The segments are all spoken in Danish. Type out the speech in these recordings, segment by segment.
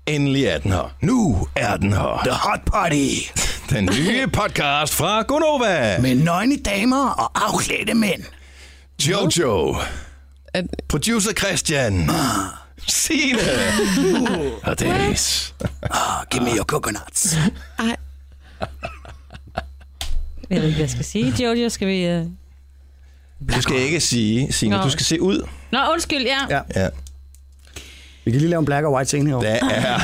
Endelig er den her. Nu er den her. The Hot Party. Den nye podcast fra Gonova. Med nøgne damer og afklædte mænd. Jojo. Producer Christian. Signe. Og Dennis. Give me your coconuts. Ej. Jeg ved ikke, hvad jeg skal sige. Jojo, skal vi... Du skal ikke sige, Signe. Du skal se ud. Nå, undskyld, ja. Ja. Vi kan lige lave en black og white scene herovre. Der er...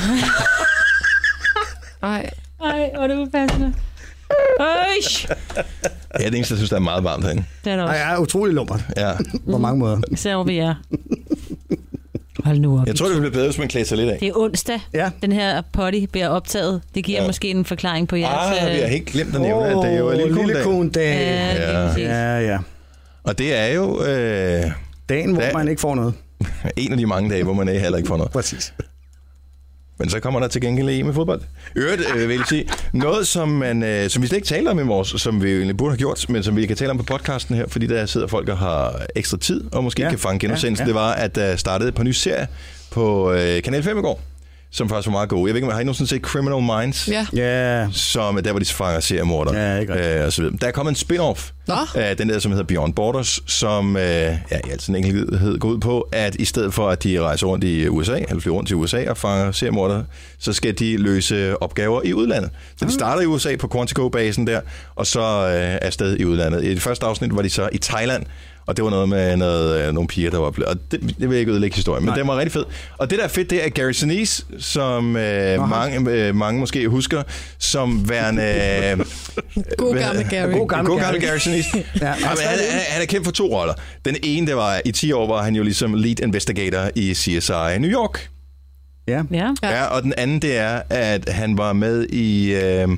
Ej, hvor er det upassende. Øj! Ja, det eneste, jeg synes, der er meget varmt herinde. Det er det også. Jeg er utrolig lummert. Ja. På mange måder. Især hvor vi er. Hold nu op. Jeg tror, det bliver bedre, hvis man klæder sig lidt af. Det er onsdag. Ja. Den her potty bliver optaget. Det giver måske en forklaring på jeres... Vi har helt glemt at nævne, at det er jo lille kondag. Ja. Og det er jo... Dagen, hvor man ikke får noget. En af de mange dage, hvor man heller ikke får noget. Præcis. Men så kommer der til gengæld EM i fodbold. Øvrigt vil jeg sige, noget som vi slet ikke taler om i vores, som vi egentlig burde have gjort, men som vi kan tale om på podcasten her, fordi der sidder folk og har ekstra tid, og måske kan fange genudsendelsen. Det var, at der startede på en ny serie på Kanal 5 i går, som faktisk var meget god. Jeg ved ikke, har I nogensinde set Criminal Minds? Ja. Som der, hvor de fanger seriemordere. Ja, ikke og så videre. Der er kommet en spin-off af den der, som hedder Beyond Borders, som i al sin enkelhed går ud på, at i stedet for, at de rejser rundt i USA, eller flyver rundt til USA og fanger seriemordere, så skal de løse opgaver i udlandet. Så de starter i USA på Quantico-basen der, og så afsted i udlandet. I det første afsnit var de så i Thailand, og det var noget med nogle piger, der var blevet... Og det vil jeg ikke ødelægge historien, men det var rigtig fedt. Og det, der er fedt, det er Gary Sinise, som mange måske husker, som værende... God gamle Gary. God gamle Gary Sinise. Han er kendt for 2 roller. Den ene, det var i 10 år, var han jo ligesom lead investigator i CSI New York. Ja. Og den anden, det er, at han var med i...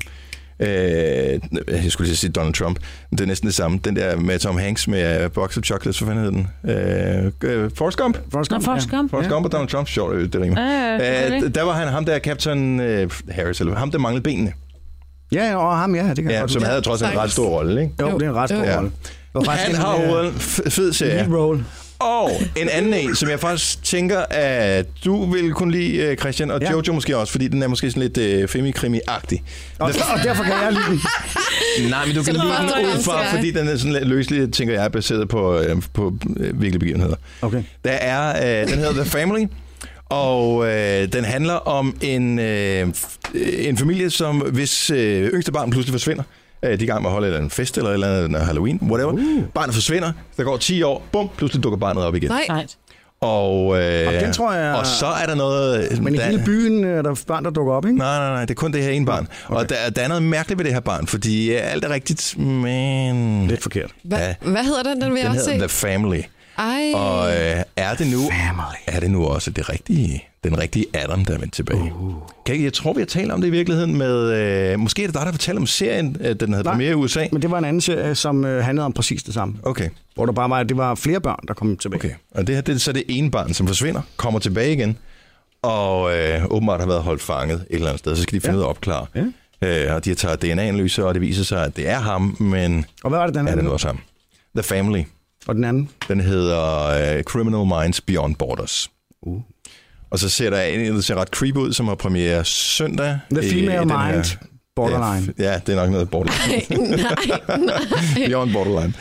jeg skulle lige sige Donald Trump. Det er næsten det samme. Den der med Tom Hanks med Box of Chocolates, hvad fanden hed den? Forrest Gump. Forrest Gump Og Donald Trump. Sjovt, det rimer. Der var han ham der Captain Harris, eller ham der manglede benene. Ja, og ham, det kan ja, som havde trods en ret stor rolle, ikke? Jo, det er en ret stor rolle. Han har overhovedet en fed serie. Roll. Og en anden en, som jeg faktisk tænker, at du vil kunne lide, Christian, og Jojo måske også, fordi den er måske sådan lidt femi-krimi-agtig. Og derfor kan jeg lide den. Nej, men du kan lide den ud fra, fordi den er sådan lidt løselig, tænker jeg, baseret på virkelige begivenheder. Okay. Den hedder The Family, og den handler om en familie, hvis yngste barn pludselig forsvinder. De er i gang med at holde en fest eller Halloween, whatever. Barnet forsvinder, der går 10 år, bum, pludselig dukker barnet op igen. Nej. Og den tror jeg... Og så er der noget... Men i hele byen er der børn, der dukker op, ikke? Nej, det er kun det her ene barn. Okay. Og der er noget mærkeligt ved det her barn, fordi alt er rigtigt, men... Lidt forkert. Hvad hedder den? Den vil jeg også se. Den hedder The Family. Ej. Og er det nu også den rigtige Adam, der er vendt tilbage? Jeg tror, vi har talt om det i virkeligheden med... måske er det dig, der fortæller om serien, den havde premiere i USA. Men det var en anden serie, som handlede om præcis det samme. Okay. Hvor der bare det var flere børn, der kom tilbage. Okay. Og det her, det er så det ene barn, som forsvinder, kommer tilbage igen, og åbenbart har været holdt fanget et eller andet sted. Så skal de finde ud af at opklare. Ja. Og de har taget DNA-analyser, og det viser sig, at det er ham, men... Og hvad var det, den er det nu også ham? The Family. Og den anden? Den hedder Criminal Minds Beyond Borders. Og så ser der en, der ser ret creepy ud, som har premiere søndag. The Female Mind Borderline. Ja, det er nok noget borderline. Nej. Beyond Borderline.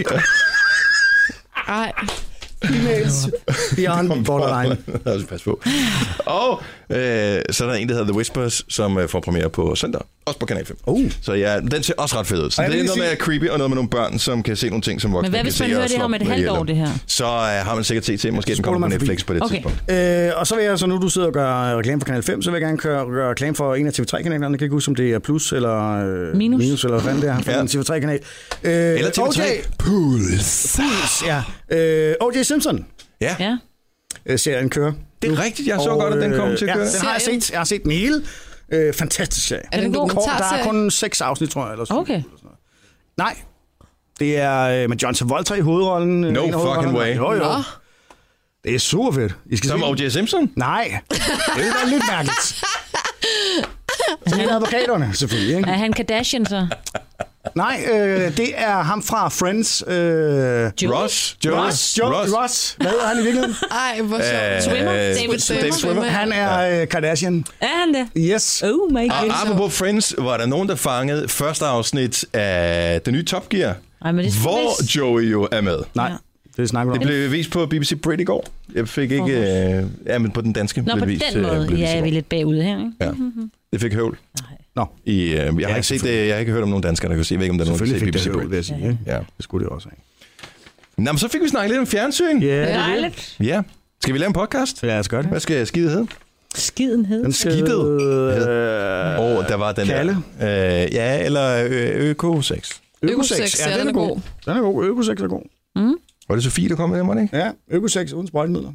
Ej. Females Beyond Borderline. Pas på. Og så er der en, der hedder The Whispers, som får premiere på søndag. Også på Kanal 5. Så ja, den ser også ret fed ud. Så det er noget med creepy og noget med nogle børn, som kan se nogle ting, som voksne kan se. Men hvad hvis man hører det om et halvt år, det her? Så har man sikkert set til, måske den kommer på Netflix på det tidspunkt. Og så vil jeg, så nu du sidder og gør reklame for Kanal 5, så vil jeg gerne gøre reklame for en af TV3-kanalerne. Jeg kan ikke huske, om det er plus eller minus eller hvad det er for en TV3-kanal. Eller TV3 Puls. Ja. O.J. Simpson. Ja. Serien kører. Det er rigtigt, jeg så godt, at den kom til at køre. Den har jeg set. Jeg har set den hele. Fantastisk serie. Er det en dokumentarserie? Der er kun 6 afsnit, tror jeg. Eller sådan. Okay. Nej. Det er med John Travolta i hovedrollen. No fucking way. Jo. Det er super fedt. Som O.J. Simpson? Nej. Det er lidt mærkeligt. Så er advokaterne, selvfølgelig. Ikke? Er han Kardashian så? Nej, det er ham fra Friends. Ross. Ross. Hvad hedder han i virkeligheden? Ej, hvor sjovt. David Schwimmer. Han er Kardashian. Er han det? Yes. Oh my god. Og apropos Friends, var der nogen, der fangede første afsnit af den nye Top Gear, hvor Joey jo er med. Nej. Det snakker Det blev vist på BBC Brit i går. Jeg fik ikke... men på den danske Nå, på den måde. Ja, jeg er lidt bagud her, ikke? Ja. Det fik høvl. Nå. Jeg har ikke set det. Jeg har ikke hørt om nogen danskere, der kan se, ikke om der er nogen, der kan se BBC Brit. Vil jeg sige. Ja. Det skulle det også have. Nå, men så fik vi snakket lidt om fjernsyn. Ja, det er det. Ja. Skal vi lave en podcast? Ja, jeg skal gøre det. Hvad skal skide hedde? Skiden hed. Den skidede. Der var den Kalle. Ja, eller Økosex. Økosex, ja, den er god. Den er god. Økosex er god. Var det Sofie, der kom med den, var det ikke? Ja, Økosex uden sprøjtemidler.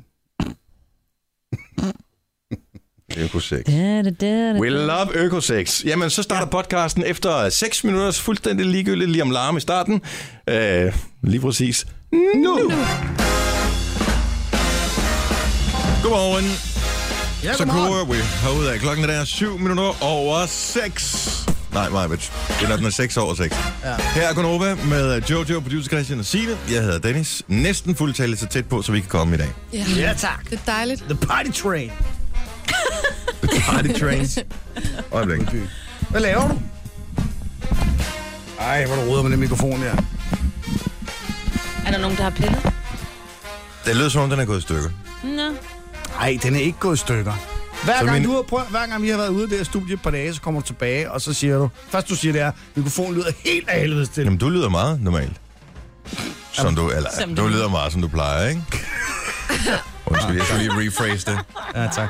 Økosex. We love Økosex. Jamen, så starter podcasten efter 6 minutters fuldstændig ligegyldigt lige om larm i starten. Lige præcis nu. Godmorgen. Ja, Så kører vi herude af. Klokken er 7:07. Nej, Majbet. Det er, den er 6 over 6. Ja. Her er Gonova med Jojo, producer Christian og Signe. Jeg hedder Dennis. Næsten fuldtallet så tæt på, så vi kan komme i dag. Ja, tak. Det er dejligt. The party train. The party trains. Øjeblik. Hvad laver du? Ej, hvor du roder med den mikrofon der. Er der nogen, der har pillet? Det lyder som om, den er gået i stykker. Nå. Nej, den er ikke gået i stykker. Hver gang vi har været ude af det her studie et par dage, så kommer du tilbage, og så siger du... Først du siger det er, mikrofonen lyder helt af helvede til. Jamen, du lyder meget normalt. Du lyder meget, som du plejer, ikke? Undskyld, jeg skal lige rephrase det. Ja, tak.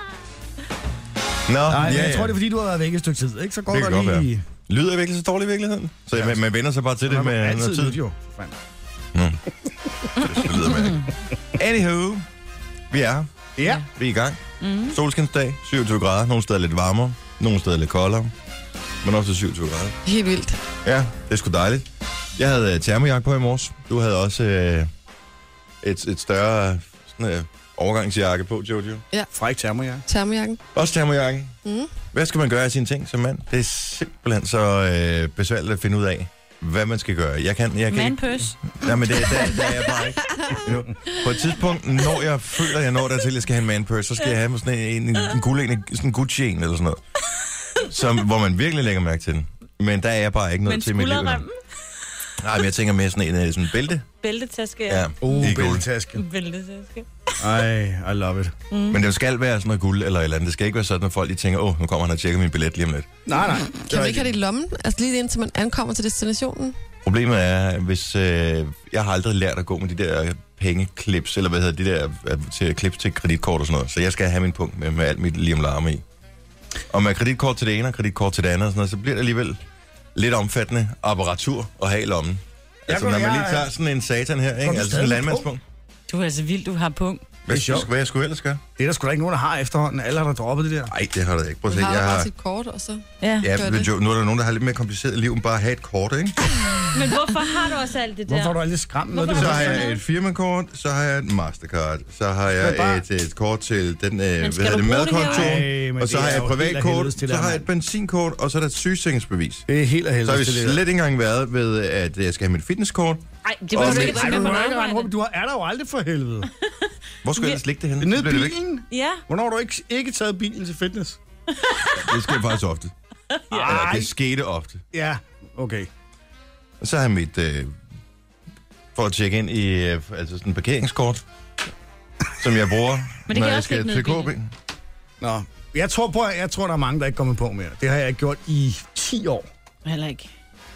Nå, jeg tror, det er, fordi du har været væk et stykke tid, ikke? Så går det der lige... Lyder jeg virkelig så dårligt i virkeligheden? Så man vender sig bare til det med noget tid? Jo. Det lyder med ikke. Anywho, vi er her. Ja. Vi er i gang. Solskinsdag, 27 grader. Nogle steder lidt varmere, nogle steder lidt koldere. Men også 27 grader. Helt vildt. Ja, det er sgu dejligt. Jeg havde termojakke på i morges. Du havde også et større overgangsjakke på, Jojo. Ja. Fræk termojakke. Termojakken. Også termojakken. Hvad skal man gøre af sine ting som mand? Det er simpelthen så besværligt at finde ud af, hvad man skal gøre. Jeg kan Manpøs. Nej, men det er jeg bare ikke. På et tidspunkt, når jeg føler, at jeg når dertil, at jeg skal have en manpurse, så skal jeg have sådan en sådan en Gucci-en eller sådan noget. Hvor man virkelig lægger mærke til den. Men der er jeg bare ikke noget til mit liv. Nej, men jeg tænker mere sådan en bælte. Bæltetaske, ja. Bæltetaske. Bæltetaske. Ej, I love it. Men det skal være sådan noget guld eller et eller andet. Det skal ikke være sådan, at folk de tænker, nu kommer han og tjekker min billet lige om lidt. Nej. Kan man ikke have det i lommen? Altså lige indtil man ankommer til destinationen? Problemet er, hvis jeg har aldrig lært at gå med de der pengeklips, eller hvad hedder de der til klips til kreditkort og sådan noget. Så jeg skal have min punkt med alt mit lige om larme i. Og med kreditkort til det ene og kreditkort til det andet, og sådan noget, så bliver det alligevel lidt omfattende apparatur at have i lommen. Altså, når man lige tager sådan en satan her, ikke? Altså sådan en landmandspunkt. Du er altså vildt, du har punkt. Hvad jeg skulle ellers gøre? Det er der sgu da ikke nogen, der har efterhånden. Alle har der droppet det der. Nej, det har der ikke. Prøv at se. Du har bare sit kort, og så... Ja, nu er der nogen, der har lidt mere kompliceret liv, end bare at have et kort, ikke? Men hvorfor har du også alt det der? Hvorfor har du aldrig skræmt noget? Så har jeg et firmakort, så har jeg et Mastercard, så har jeg et kort til den madkontoen, og så har jeg et privatkort, så har jeg et benzinkort, og så er der et sygesikringsbevis. Det er helt af helvede. Så har vi slet ikke engang været ved, at jeg skal have mit fitnesskort. Nej, det var ikke du er der jo aldrig for helvede. Hvor skal jeg ellers ligge det henne? Nede i bilen? Ja. Hvornår har du ikke taget bilen til fitness? Det sker faktisk ofte. Det skete ofte. Ja, okay. Og så har jeg mit... for at tjekke ind i altså sådan en parkeringskort, som jeg bruger, når jeg skal til KB. Nå, jeg tror, der er mange, der ikke kommer på mere. Det har jeg ikke gjort i 10 år. Heller ikke.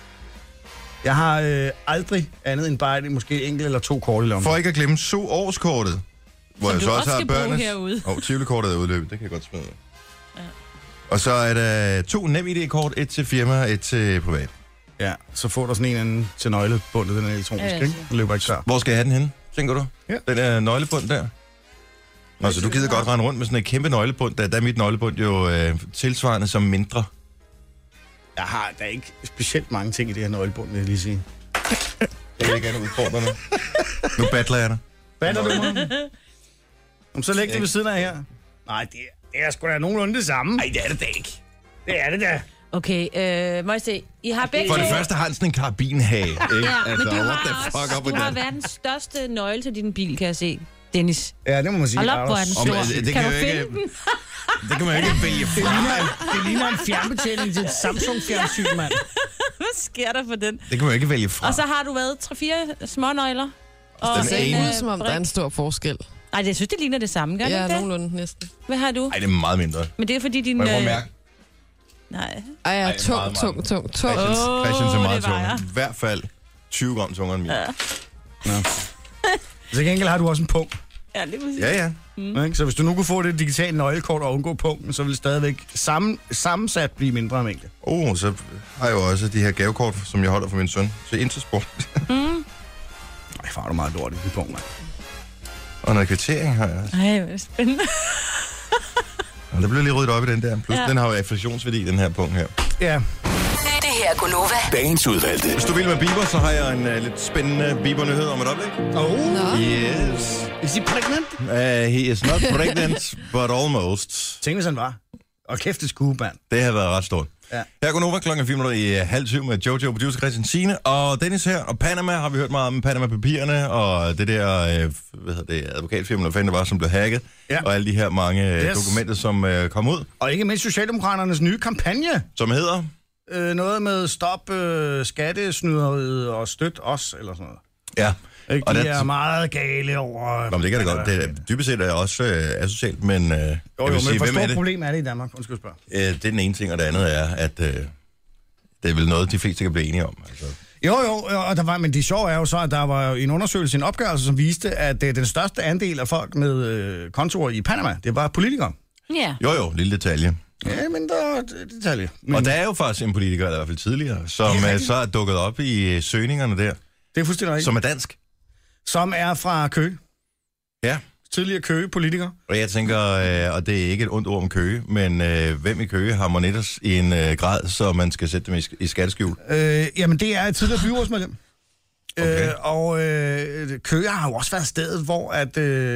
Jeg har aldrig andet end bare måske enkelt eller 2 kort i lommen. For ikke at glemme årskortet, hvor jeg så også har børnenes... Tivoli-kortet er udløbet, det kan jeg godt smide. Ja. Og så er der 2 NemID-kort, et til firma og et til privat. Ja, så får du sådan en anden til nøglebundet, den er elektronisk, ikke? Den løber ikke klar. Hvor skal jeg have den henne, tænker du? Ja. Den er nøglebund der. Nå, så du gider godt rende rundt med sådan en kæmpe nøglebund. Der er mit nøglebund jo tilsvarende som mindre. Der er ikke specielt mange ting i det her nøglebund, vil jeg lige sige. Jeg vil gerne udfordre dig. Nu battler jeg dig. Battler du mig? Så læg det ved siden af her. Nej, det er sgu da nogenlunde det samme. Nej, det er det da ikke. Det er det da. Okay, må jeg se. I har begge For det første har han sådan en karabinhage, ikke? Ja, altså, men du what the har fuck også, up du with har that? verdens største nøgle til din bil, kan jeg se. Dennis. Ja, det må man sige. Hold op, hvor er den stor. det Kan du jo finde ikke, den? det kan man jo ikke vælge fra. Det ligner en fjernbetjening til et Samsung-fjernsyn, mand. Hvad sker der for den? Det kan man jo ikke vælge fra. Og så har du været 3-4 smånøgler. Og Den Det ser ikke ene- ud, som om der er en stor forskel. Nej, jeg synes, det ligner det samme, gør det Ja, ikke det? nogenlunde næsten. Hvad har du? Nej, det er meget mindre. Men det er fordi din... Må jeg prøve at mærke? Nej. Ej, ja, Ej, meget, tung. Christians er meget det var jeg. tung. I hvert fald 20 gram tungere end min. Ja. Så gengæld har du også en punkt. Ja, det må Ja. Ikke? Så hvis du nu kunne få det digitale nøglekort og undgå punkten, så ville det stadigvæk sammensat blive mindre mængde. Så har jeg jo også de her gavekort, som jeg holder for min søn til Intersport. Ej, far, du meget lort i det punkt, mand. Og noget kvittering har jeg også. Ej, hvor er det spændende. Og der bliver lige ryddet op i den der. Plus den har jo inflationsværdi, den her punkt her. Ja. Det her er Gunova. Dagens udvalgte. Hvis du vil med Bieber, så har jeg en lidt spændende Bieber-nyhed om et øjeblik. Yes. Is he pregnant? He is not pregnant, but almost. Tænk, hvis han var. Og kæft, det skue, mand. Det har været ret stort. Ja. Her går Nova klokken 4:30 med Jojo, producer Christian Signe, og Dennis her. Og Panama har vi hørt meget om, Panama-papirerne, og det der, advokatfirma, der fandt det var, som blev hacket. Ja. Og alle de her mange dokumenter, som kom ud. Og ikke mindst Socialdemokraternes nye kampagne. Som hedder? Noget med stop skattesnyderiet og støt os, eller sådan noget. Ja. Ikke? De er meget gale over... Nå, men det kan det godt. Det er, dybest set er også asocialt, men... men for hvem er stort det? problem er det i Danmark? Undskyld spørg. Det er den ene ting, og det andet er, at det er vel noget, de fleste kan blive enige om. Altså. Jo, og men det sjove er jo så, at der var en undersøgelse, en opgørelse, som viste, at den største andel af folk med kontorer i Panama, det var politikere. Ja. Jo, lille detalje. Ja, men der er detalje. Men Og der er jo faktisk en politiker, eller i hvert fald tidligere, som så er dukket op i søgningerne der, det er fuldstændig rigtigt. som er dansk. Som er fra Køge. Ja, Tidligere Køge-politiker. og jeg tænker, og det er ikke et ondt ord om Køge, men hvem i Køge har monetters i en grad, så man skal sætte dem i skatteskjul? Jamen, det er et tidligere byrådsmedlem. Okay. Køge har jo også været stedet, hvor at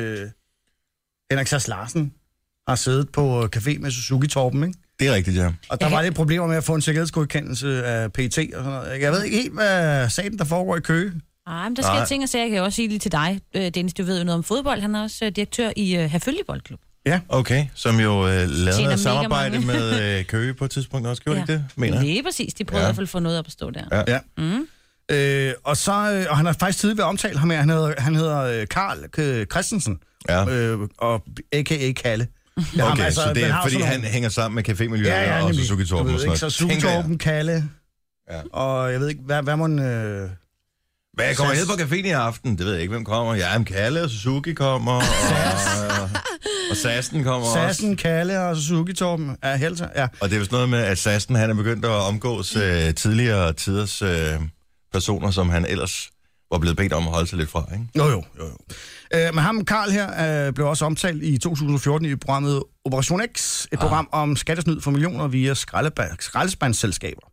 Henrik Sass Larsen har siddet på café med Suzuki-Torben, ikke? Det er rigtigt, ja. Og der var lidt problemer med at få en sikkerhedsgodkendelse af PET og sådan noget. Jeg ved ikke helt, hvad sagen der foregår i Køge. Ej, men der sker ting og sager. Jeg kan også sige lige til dig, Dennis, du ved jo noget om fodbold. Han er også direktør i Herfølge Boldklub. Ja. Okay, som jo lavede Tjener et samarbejde mega med Køge på et tidspunkt også, gjorde de ikke det, mener jeg? Lige præcis. De prøvede i hvert fald at få noget op at stå der. Ja. Ja. Og han har faktisk tidligere været omtalt ham her. Han hedder Karl Christensen, og a.k.a. Kalle. Okay, så det er, fordi han hænger sammen med cafémiljøet og Suzuki Torben og sådan noget. Så Suzuki Torben, Kalle, og jeg ved ikke, hvad må Hvad kommer ned på caféen i aften? Det ved jeg ikke, hvem kommer. Ja, men Kalle og Suzuki kommer, og Sassen kommer også. Sassen, Kalle og Suzuki Torben er helter, ja. Og det er vist noget med, at Sassen, han er begyndt at omgås tidligere tiders personer, som han ellers var blevet bedt om at holde sig lidt fra, ikke? Jo. Men ham, Karl her, blev også omtalt i 2014 i programmet Operation X, et program om skattesnyd for millioner via skraldespandsselskaber.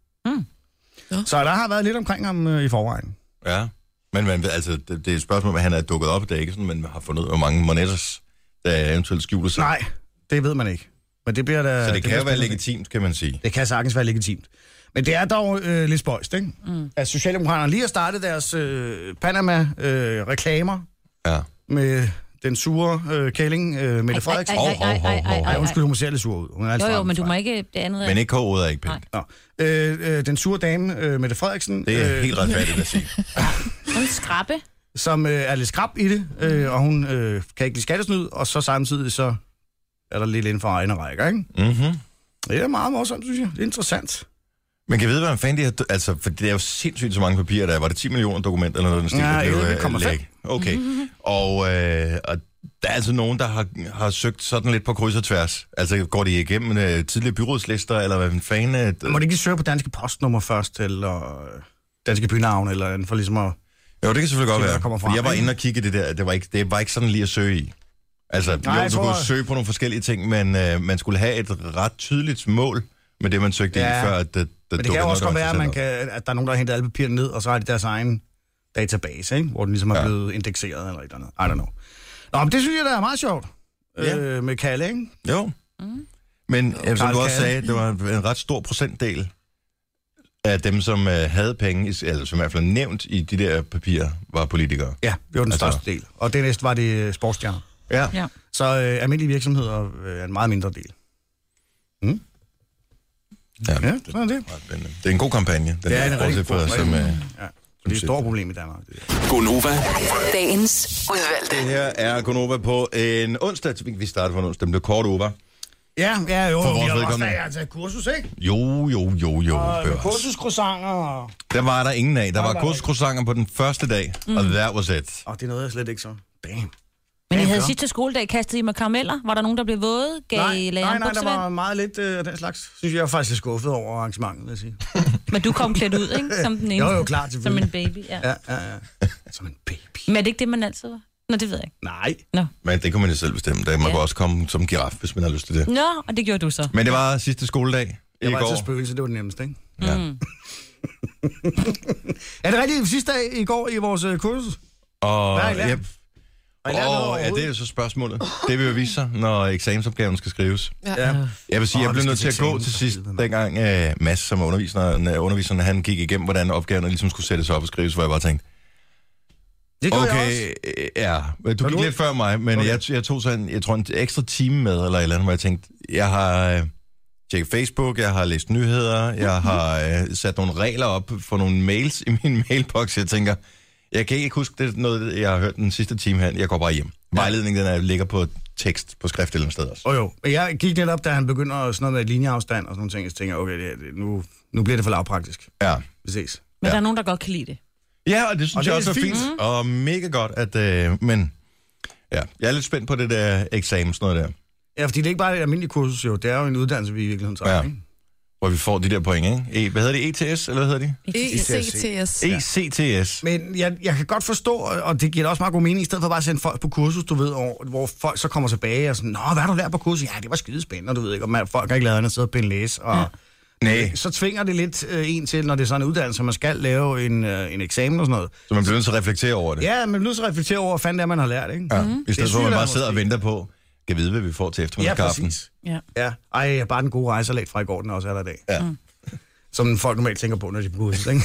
Så der har været lidt omkring ham i forvejen. Ja, men altså, det er et spørgsmål, at han er dukket op. Det er ikke sådan, man har fundet ud af, hvor mange monetters, der eventuelt skjuler sig. Nej, det ved man ikke. Men det bliver da... Så det kan jo være legitimt, kan man sige. Det kan sagtens være legitimt. Men det er dog lidt spøjst, ikke? At Socialdemokraterne lige har startet deres Panama-reklamer med den sure kælling, Mette Frederiksen. Undskyld, hun må se lidt sur ud. Hun er Jo, men du må ikke... Det andet men ikke K-ordet er ikke pænt. Den sure dame, Mette Frederiksen. Det er helt retfærdigt at sige. Hun skrabbe. Som er lidt skrab i det, og hun kan ikke lide skattesnyd, og så samtidig så er der lidt inden for egne rækker, ikke? Mm-hmm. Det er meget morsomt, synes jeg. Det er interessant. Men kan vide, hvad fanden de har... Altså, for det er jo sindssygt så mange papirer, der var det 10 millioner dokumenter eller noget, den stil, 11,5. Okay. Og der er altså nogen, der har søgt sådan lidt på kryds og tværs. Altså, går de igennem tidligere byrådslister, eller hvad fanden... Må de ikke søge på danske postnummer først, eller danske bynavn, eller andet, for ligesom at... Jo, det kan selvfølgelig godt være. Frem, fordi jeg var inde og kigge det der. Det var ikke sådan lige at søge i. Altså, du kunne søge på nogle forskellige ting, men man skulle have et ret tydeligt mål med det, man søgte i, før at det men det kan jo også godt være, at der er nogen, der har hentet alle papirerne ned, og så har de deres egen database, ikke? Hvor den ligesom er blevet indekseret eller et eller andet. I don't know. Nå, men det synes jeg, der er meget sjovt med Kalle, ikke? Jo. Men som du også sagde, det var en ret stor procentdel af dem, som havde penge, eller som i hvert fald nævnt i de der papirer, var politikere. Ja, det var den største del. Og det næste var det sportsstjerner. Ja. Så almindelige virksomheder er en meget mindre del. Mm? Ja, sådan er det. Det er en god kampagne. Den er en rigtig god kampagne. Det er et stort problem i Danmark. Gonova. Dagens udvalgte. Det her er Gonova på en onsdag. Vi starter på en onsdag. Den blev kort over. Ja, jo. For vores vi har også vedkommende. taget kursus, ikke? Jo. Og kursuscroissanter. Der var der ingen af. Der var kursuscroissanter på den første dag, og that was it. Og det nåede jeg slet ikke så. Damn. Men I havde sidste skoledag kastet I med karameller? Var der nogen, der blev våde? Nej, der var meget lidt af den slags. Synes jeg var faktisk lidt skuffet over arrangementet, vil jeg sige. Men du kom klædt ud, ikke? Som den eneste. Jo, klart selvfølgelig. Som en baby, ja. Som en baby. Men er det ikke det, man altid var? Nå, det ved jeg ikke. Nej. Nå. Men det kunne man jo selv bestemme. Man kunne også komme som giraf, hvis man har lyst til det. Nå, og det gjorde du så. Men det var sidste skoledag Jeg i var går. altid spøgelse, det var det nemmeste, ikke? Ja. Er det rigtigt sidste dag i går i vores kursus? Og Hvad har I lært? ja, det er jo så spørgsmålet. Det vil jo vise sig, når eksamensopgaven skal skrives. Ja. Jeg vil sige, jeg blev nødt til at gå til sidst, dengang Mads, som underviseren, han gik igennem, hvordan opgaverne ligesom skulle sættes op og skrives, hvor jeg bare tænkte, okay, ja, du gik lidt før mig, men okay. jeg tog så en ekstra time med, eller et eller andet, hvor jeg tænkte, jeg har tjekket Facebook, jeg har læst nyheder, jeg har sat nogle regler op for nogle mails i min mailbox, jeg tænker, jeg kan ikke huske, det er noget, jeg har hørt den sidste time her, jeg går bare hjem. Vejledningen, den ligger på tekst, på skrift eller sted også. Jo, men jeg gik lidt op, da han begynder sådan noget med linjeafstand og sådan nogle ting, så tænker jeg, okay, nu bliver det for lavpraktisk. Ja. Vi ses. Men der er nogen, der godt kan lide det. Ja, og det synes jeg også er fint. Og mega godt, at... men ja, jeg er lidt spændt på det der eksamen, sådan noget der. Ja, fordi det er ikke bare et almindeligt kursus, jo. Det er jo en uddannelse, vi i virkeligheden tager, ikke? Hvor vi får de der point, ikke? Hvad hedder det? ETS, eller hvad hedder de? ECTS. ECTS. Men jeg kan godt forstå, og det giver da også meget god mening, i stedet for bare at sende folk på kursus, du ved, hvor folk så kommer tilbage og sådan, nå, hvad har du lært på kursus? Ja, det var skidespændende, du ved ikke, og folk har ikke lavet andet at sidde og pinde læse, og... Nej. Så tvinger det lidt en til, når det er sådan en uddannelse, man skal lave en eksamen og sådan noget. Så man bliver nødt til at reflektere over det? Ja, man bliver nødt til at reflektere over, hvad fanden det er, man har lært, ikke? Ja. I stedet for, at man bare sidder og venter på, kan vide, hvad vi får til eftermiddagskaffen. Ja, præcis. Ja. Ej, bare den gode rejsesalat fra i går, den også er der i dag. Ja. Som folk normalt tænker på, når de bruger det, ikke?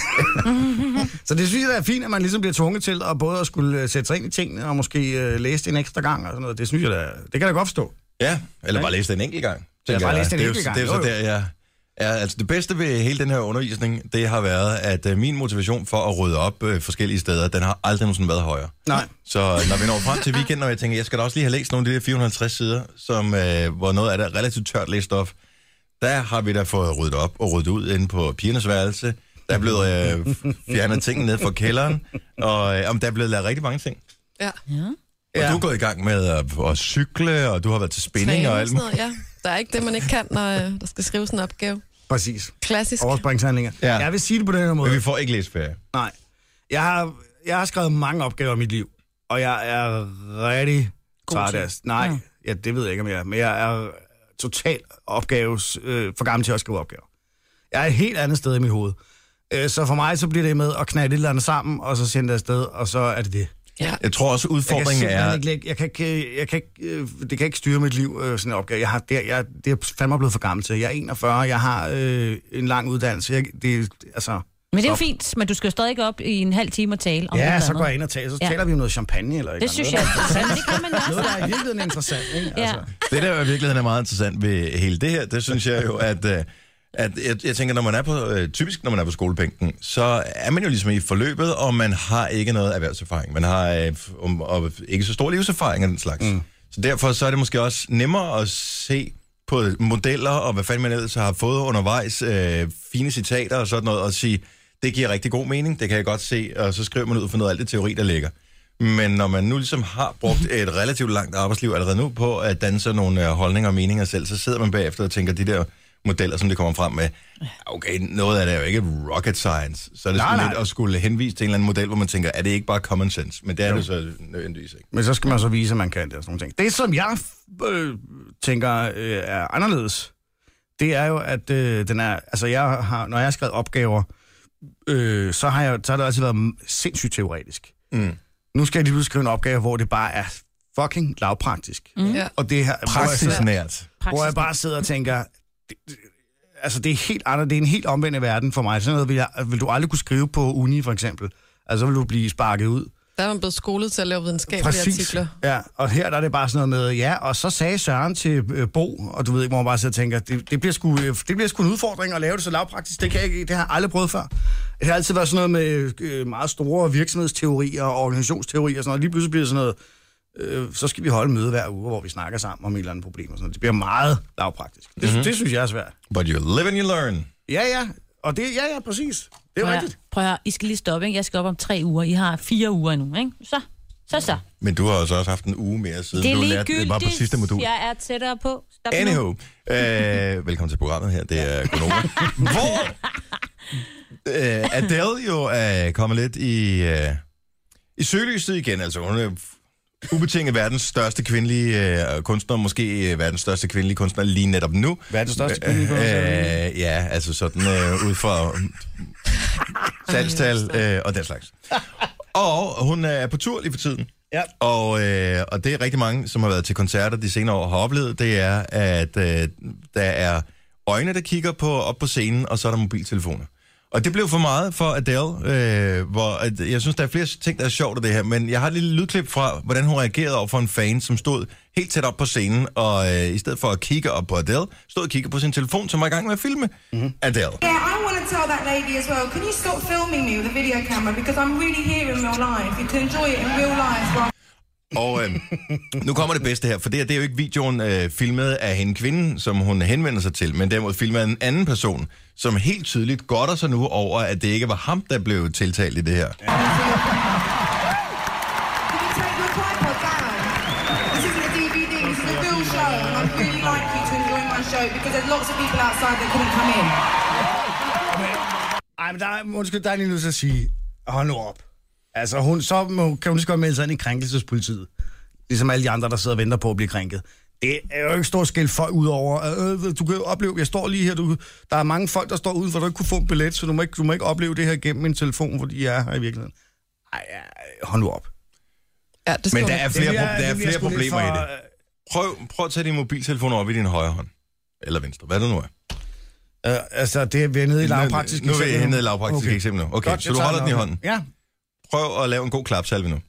Så det synes jeg, det er fint, at man ligesom bliver tvunget til at både at skulle sætte sig ind i tingene, og måske læse det en ekstra gang, og sådan noget. Det synes jeg, det kan jeg da godt forstå. Ja, eller bare læse det en enkelt gang. Ja, bare læse det en enkelt gang. Det er jo så der, jeg... Ja, altså det bedste ved hele den her undervisning, det har været, at min motivation for at rydde op forskellige steder, den har aldrig nogensinde været højere. Nej. Så når vi når frem til weekenden, og jeg tænker, jeg skal da også lige have læst nogle af de der 450 sider, som, hvor noget af det er relativt tørt læsstof, der har vi da fået ryddet op og ryddet ud inde på pigernes værelse. Der er blevet fjernet ting ned fra kælderen, og der er blevet lavet rigtig mange ting. Ja. Og du er gået i gang med at cykle, og du har været til spinning og alt muligt. Ja, der er ikke det, man ikke kan, når der skal skrives en opgave. Præcis. Klassisk. Overspringshandlinger. Ja. Jeg vil sige det på den her måde. Men vi får ikke læsferie. Nej. Jeg har skrevet mange opgaver i mit liv, og jeg er rigtig træt af. Nej, ja, det ved jeg ikke, om jeg er. Men jeg er totalt for gammel til at skrive opgaver. Jeg er et helt andet sted i mit hoved. Så for mig, så bliver det med at knalde et eller andet sammen, og så sende det afsted, og så er det det. Ja. Jeg tror også, udfordringen er... Det kan ikke styre mit liv, sådan en opgave. Det er fandme blevet for gammel til. Jeg er 41, jeg har en lang uddannelse. Men det er jo fint, men du skal jo stadig op i en halv time og tale om det. Ja, så går jeg ind og taler. Så taler vi om noget champagne eller det synes jeg er interessant. Det kan man jo også. Noget, der er i virkeligheden interessant, ikke? Ja. Altså. Det, der i virkeligheden er meget interessant ved hele det her, det synes jeg jo, at jeg tænker, når man er på, typisk når man er på skolebænken, så er man jo ligesom i forløbet, og man har ikke noget erhvervserfaring. Man har og ikke så stor livserfaring af den slags. Så derfor så er det måske også nemmere at se på modeller, og hvad fanden man ellers har fået undervejs, fine citater og sådan noget, og sige, det giver rigtig god mening, det kan jeg godt se, og så skriver man ud for noget af alt det teori, der ligger. Men når man nu ligesom har brugt et relativt langt arbejdsliv allerede nu på at danse nogle holdninger og meninger selv, så sidder man bagefter og tænker, de der modeller, som det kommer frem med, okay, noget af det er jo ikke rocket science, så er det sådan lidt at skulle henvise til en eller anden model, hvor man tænker, er det ikke bare common sense? Men det er det så nødvendigvis ikke. Men så skal man så vise, at man kan det og sådan nogle ting. Det, som jeg tænker er anderledes, det er jo, at den er, altså når jeg har skrevet opgaver, så har det altid været sindssygt teoretisk. Nu skal jeg lige pludselig skrive en opgave, hvor det bare er fucking lavpraktisk. Ja. Og det her... Praksisnært. Hvor jeg bare sidder og tænker... Altså, det er helt andet. Det er en helt omvendt verden for mig. Sådan noget vil du aldrig kunne skrive på uni, for eksempel. Altså, så vil du blive sparket ud. Der er man blevet skolet til at lave videnskabelige artikler. Ja, og her der er det bare sådan noget med, ja, og så sagde Søren til Bo, og du ved ikke, hvor man bare sidder og tænker, det bliver sgu en udfordring at lave det så lavpraktisk. Det har jeg aldrig prøvet før. Det har altid været sådan noget med meget store virksomhedsteorier og organisationsteorier og sådan noget. Lige pludselig bliver det sådan noget, så skal vi holde møde hver uge, hvor vi snakker sammen om et eller andet problem og sådan noget. Det bliver meget lavpraktisk. Det synes jeg er svært. But you live and you learn. Ja. Og det, ja, præcis. Det er rigtigt. Prøv at høre, I skal lige stoppe, ikke? Jeg skal op om 3 uger. I har 4 uger nu, ikke? Så. Men du har jo så også haft en uge mere siden. Det er du lærte det bare på sidste modul. Jeg er tættere på. Stop Anywho, velkommen til programmet her. Det er Gunova. Hvor Adele jo er kommet lidt i søgelyset igen. Altså hun er ubetinget verdens største kvindelige kunstner, måske verdens største kvindelige kunstner lige netop nu. Verdens største kvindelige kunstner? Ja, altså sådan ud fra salgstal og den slags. Og hun er på tur lige for tiden. Ja. Og det er rigtig mange, som har været til koncerter de senere år, har oplevet, det er, at der er øjne, der kigger op på scenen, og så er der mobiltelefoner. Og det blev for meget for Adele, hvor jeg synes, der er flere ting, der er sjovt af det her, men jeg har et lille lydklip fra, hvordan hun reagerede over for en fan, som stod helt tæt op på scenen, og i stedet for at kigge op på Adele, stod og kiggede på sin telefon, som var i gang med at filme Adele. Yeah, I want to tell that lady as well, can you stop filming me with a video camera, because I'm really here in real life. You can enjoy it in real life. Og nu kommer det bedste her, for det er jo ikke videoen filmet af hende kvinden, som hun henvender sig til, men derimod filmet af en anden person, som helt tydeligt godter sig nu over, at det ikke var ham, der blev tiltalt i det her. Can you take your tripod down? This isn't a DVD, this is a real show, and I'd really like you to enjoy my show, because there's lots of people outside that couldn't come in. Ej, men der er lige nødt til at sige, hold nu op. Altså, kan hun lige så godt melde sig ind i krænkelsespolitiet. Ligesom alle de andre, der sidder og venter på at blive krænket. Det er jo ikke stort skæld folk ud over. Du kan opleve, jeg står lige her, der er mange folk, der står udenfor, der ikke kunne få en billet, så du må ikke opleve det her gennem en telefon, fordi jeg er her i virkeligheden. Ej, hold nu op. Ja, det Men der er flere problemer i det. Prøv at tage din mobiltelefon op i din højre hånd. Eller venstre, hvad det nu er. Altså, det er vi nede i lavpraktisk eksempel. Nu er vi nede i lavpraktisk eksempel nu. Okay, godt, så du holder den i hånden. Ja. Prøv at lave en god klapsalve nu.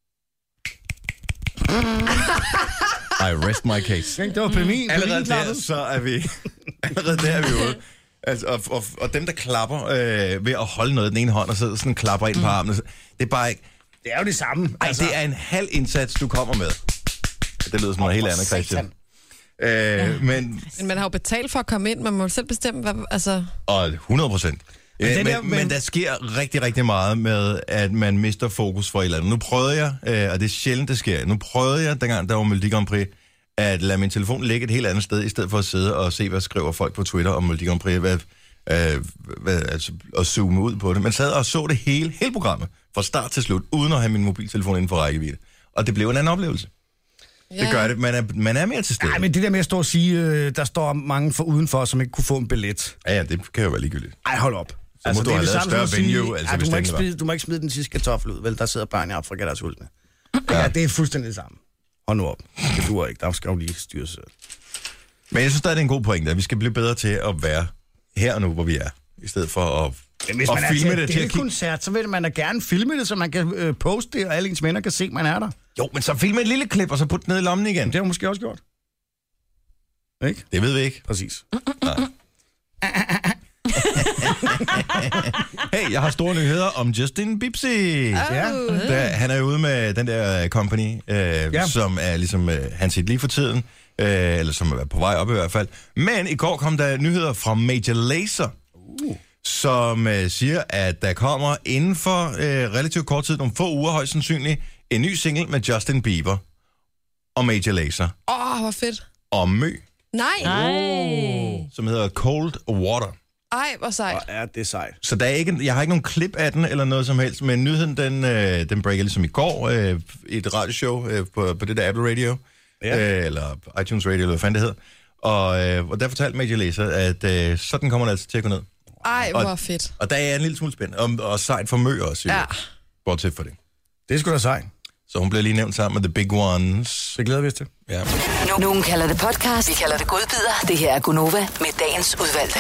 I rest my case. Det var min. Allerede der, så er vi ude. Altså, og dem, der klapper ved at holde noget i den ene hånd, og så sådan klapper ind på armen, det er bare ikke... Det er jo det samme. Ej, det er en halv indsats, du kommer med. Det lyder som noget helt andet, Christian. Men man har jo betalt for at komme ind, man må selv bestemme, hvad... Altså... Og 100%. Men der sker rigtig, rigtig meget med, at man mister fokus for et eller andet. Nu prøvede jeg, og det er sjældent, det sker, dengang der var Melodi Grand Prix, at lade min telefon ligge et helt andet sted, i stedet for at sidde og se, hvad skriver folk på Twitter om Melodi Grand Prix, altså, og zoome ud på det. Man sad og så det hele programmet, fra start til slut, uden at have min mobiltelefon inden for rækkevidde. Og det blev en anden oplevelse. Ja. Det gør det. Man er mere til stede. Nej, men det der med at stå og sige, der står mange for udenfor, som ikke kunne få en billet. Ja, det kan jo være ligegyldigt. Ej, hold op. Så må du have lavet større venue, altså du må ikke smide den sidste kartoffel ud, vel? Der sidder børn i Afrika, der er sultne. Ja, det er fuldstændig det samme. Hold nu op. Det duer ikke. Der skal jo lige styres. Men jeg synes, der er en god pointe, at vi skal blive bedre til at være her og nu, hvor vi er, i stedet for at filme det til at koncert, så vil man da gerne filme det, så man kan poste det, og alle ens venner kan se, man er der. Jo, men så filme et lille klip, og så putte det ned i lommen igen. Det har måske også gjort. Ikke? Det ved vi ikke. Præcis. Hey, jeg har store nyheder om Justin Bieber. Han er ude med den der company, som er ligesom hans hit lige for tiden, eller som er på vej op i hvert fald. Men i går kom der nyheder fra Major Lazer, som siger, at der kommer inden for relativt kort tid, nogle få uger højst sandsynligt, en ny single med Justin Bieber og Major Lazer. Hvor fedt. Og Mø. Nej. Som hedder Cold Water. Ej, hvor sejt. Hvor er det sejt. Så der er ikke, jeg har ikke nogen klip af den eller noget som helst, men nyheden, den breaker ligesom i går i et radioshow på det der Apple Radio, eller iTunes Radio, eller hvad fanden det hedder. Og der fortalte Major Lazer, at sådan kommer det altså til at gå ned. Ej, hvor fedt. Og der er en lille smule spændt, og sejt for Mø også, bortset for det. Det er sgu da sejt. Så hun bliver lige nævnt sammen med The Big Ones. Det glæder vi os til. Ja. Nogen kalder det podcast, vi kalder det godbider. Det her er Gunova med dagens udvalgte.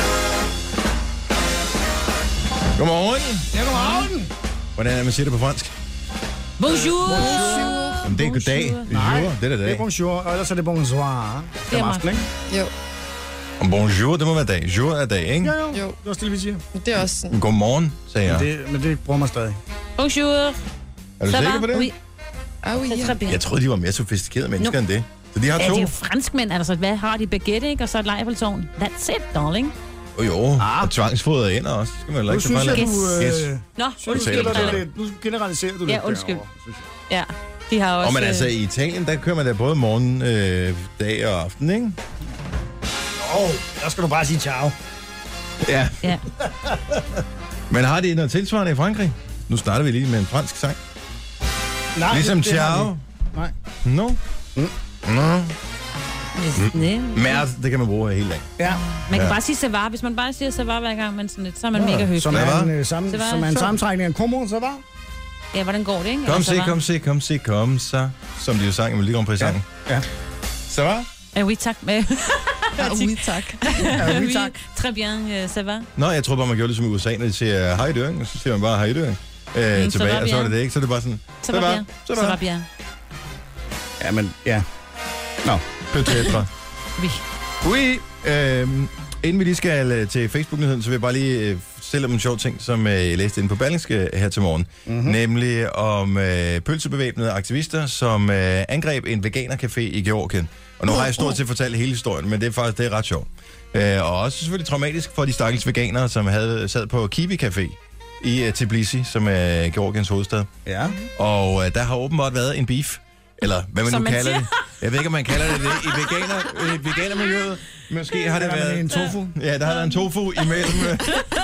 Godmorgen. Ja, godmorgen. Hvordan er det, man siger det på fransk? Bonjour! Jamen, det er goddag. Bonjour, det er da Det er dag. bonjour, og ellers er det bonsoir. Det er om aftenen, ikke? Jo, Og bonjour, det må være dag. Jour er dag, ikke? Jo. jo. Det er også det, vi siger. Det er også sådan. Godmorgen, sagde jeg. Men det bruger man stadig. Bonjour! Er du sikker på det? Oui. Ja. Jeg troede, de var mere sofistikerede mennesker end det. Så de har Ja, to. de er jo franskmænd, altså hvad har de? Baguette, ikke? Og så et Eiffeltårn. That's it, darling. Jo, og tvangsfodret ind også. Det skal man jo Nu ikke så synes jeg, fejl. du... Nå, Nu Nu taler du lidt. Nu generaliserer du lidt. Ja, undskyld. derovre, synes Ja, jeg. de har også... Og men altså, i Italien, der kører man da både morgen, dag og aften, ikke? Der skal du bare sige ciao. Ja. Ja. Men har de noget tilsvarende i Frankrig? Nu starter vi lige med en fransk sang. Nej, Ligesom det har ciao. vi. Nej. No. No. Nej. Mærd, det kan man bruge hele dagen. Ja, Man kan Ja. bare sige savar. Hvis man bare siger savar hver gang, men sådan lidt, så er man mega høflig. som Hvad er var? en, Det var som er en sjovt. sammentrækning af kommer, så var. Ja, hvordan går det, ikke? Kom Eller se, ça va? kom se, kom se, kom så. Som de jo sang i Melodi Grand Prix-sangen. Ja. Så var? Ja, oui, tak. Med. Oui, tak. Ja, oui, tak. Très bien, ça va. Nå, jeg tror bare, man gjorde det som i USA, når de siger hej døren, så siger man bare hej døren. så Tilbage, var og så var bien. det ikke. Så er det bare sådan, Ça va bien. så Ça va var bien. Ja, men ja. Nå. Peut-être. Oui. Oui. Inden vi lige skal til Facebook-nyheden, så vil jeg bare lige stille om en sjov ting, som jeg læste inde på Berlingske her til morgen. Mm-hmm. Nemlig om pølsebevæbnede aktivister, som angreb en veganercafé i Georgien. Og nu har jeg stort set fortalt hele historien, men det er ret sjovt. Og også selvfølgelig traumatisk for de stakkels veganere, som sad på Kiwi Café i Tbilisi, som er Georgiens hovedstad. Ja. Og der har åbenbart været en beef, eller hvad man Som nu man kalder siger. det. Jeg ved ikke, om man kalder det i veganermiljøet. Måske har det Kalder man været... det en tofu? Ja, der har været en tofu imellem...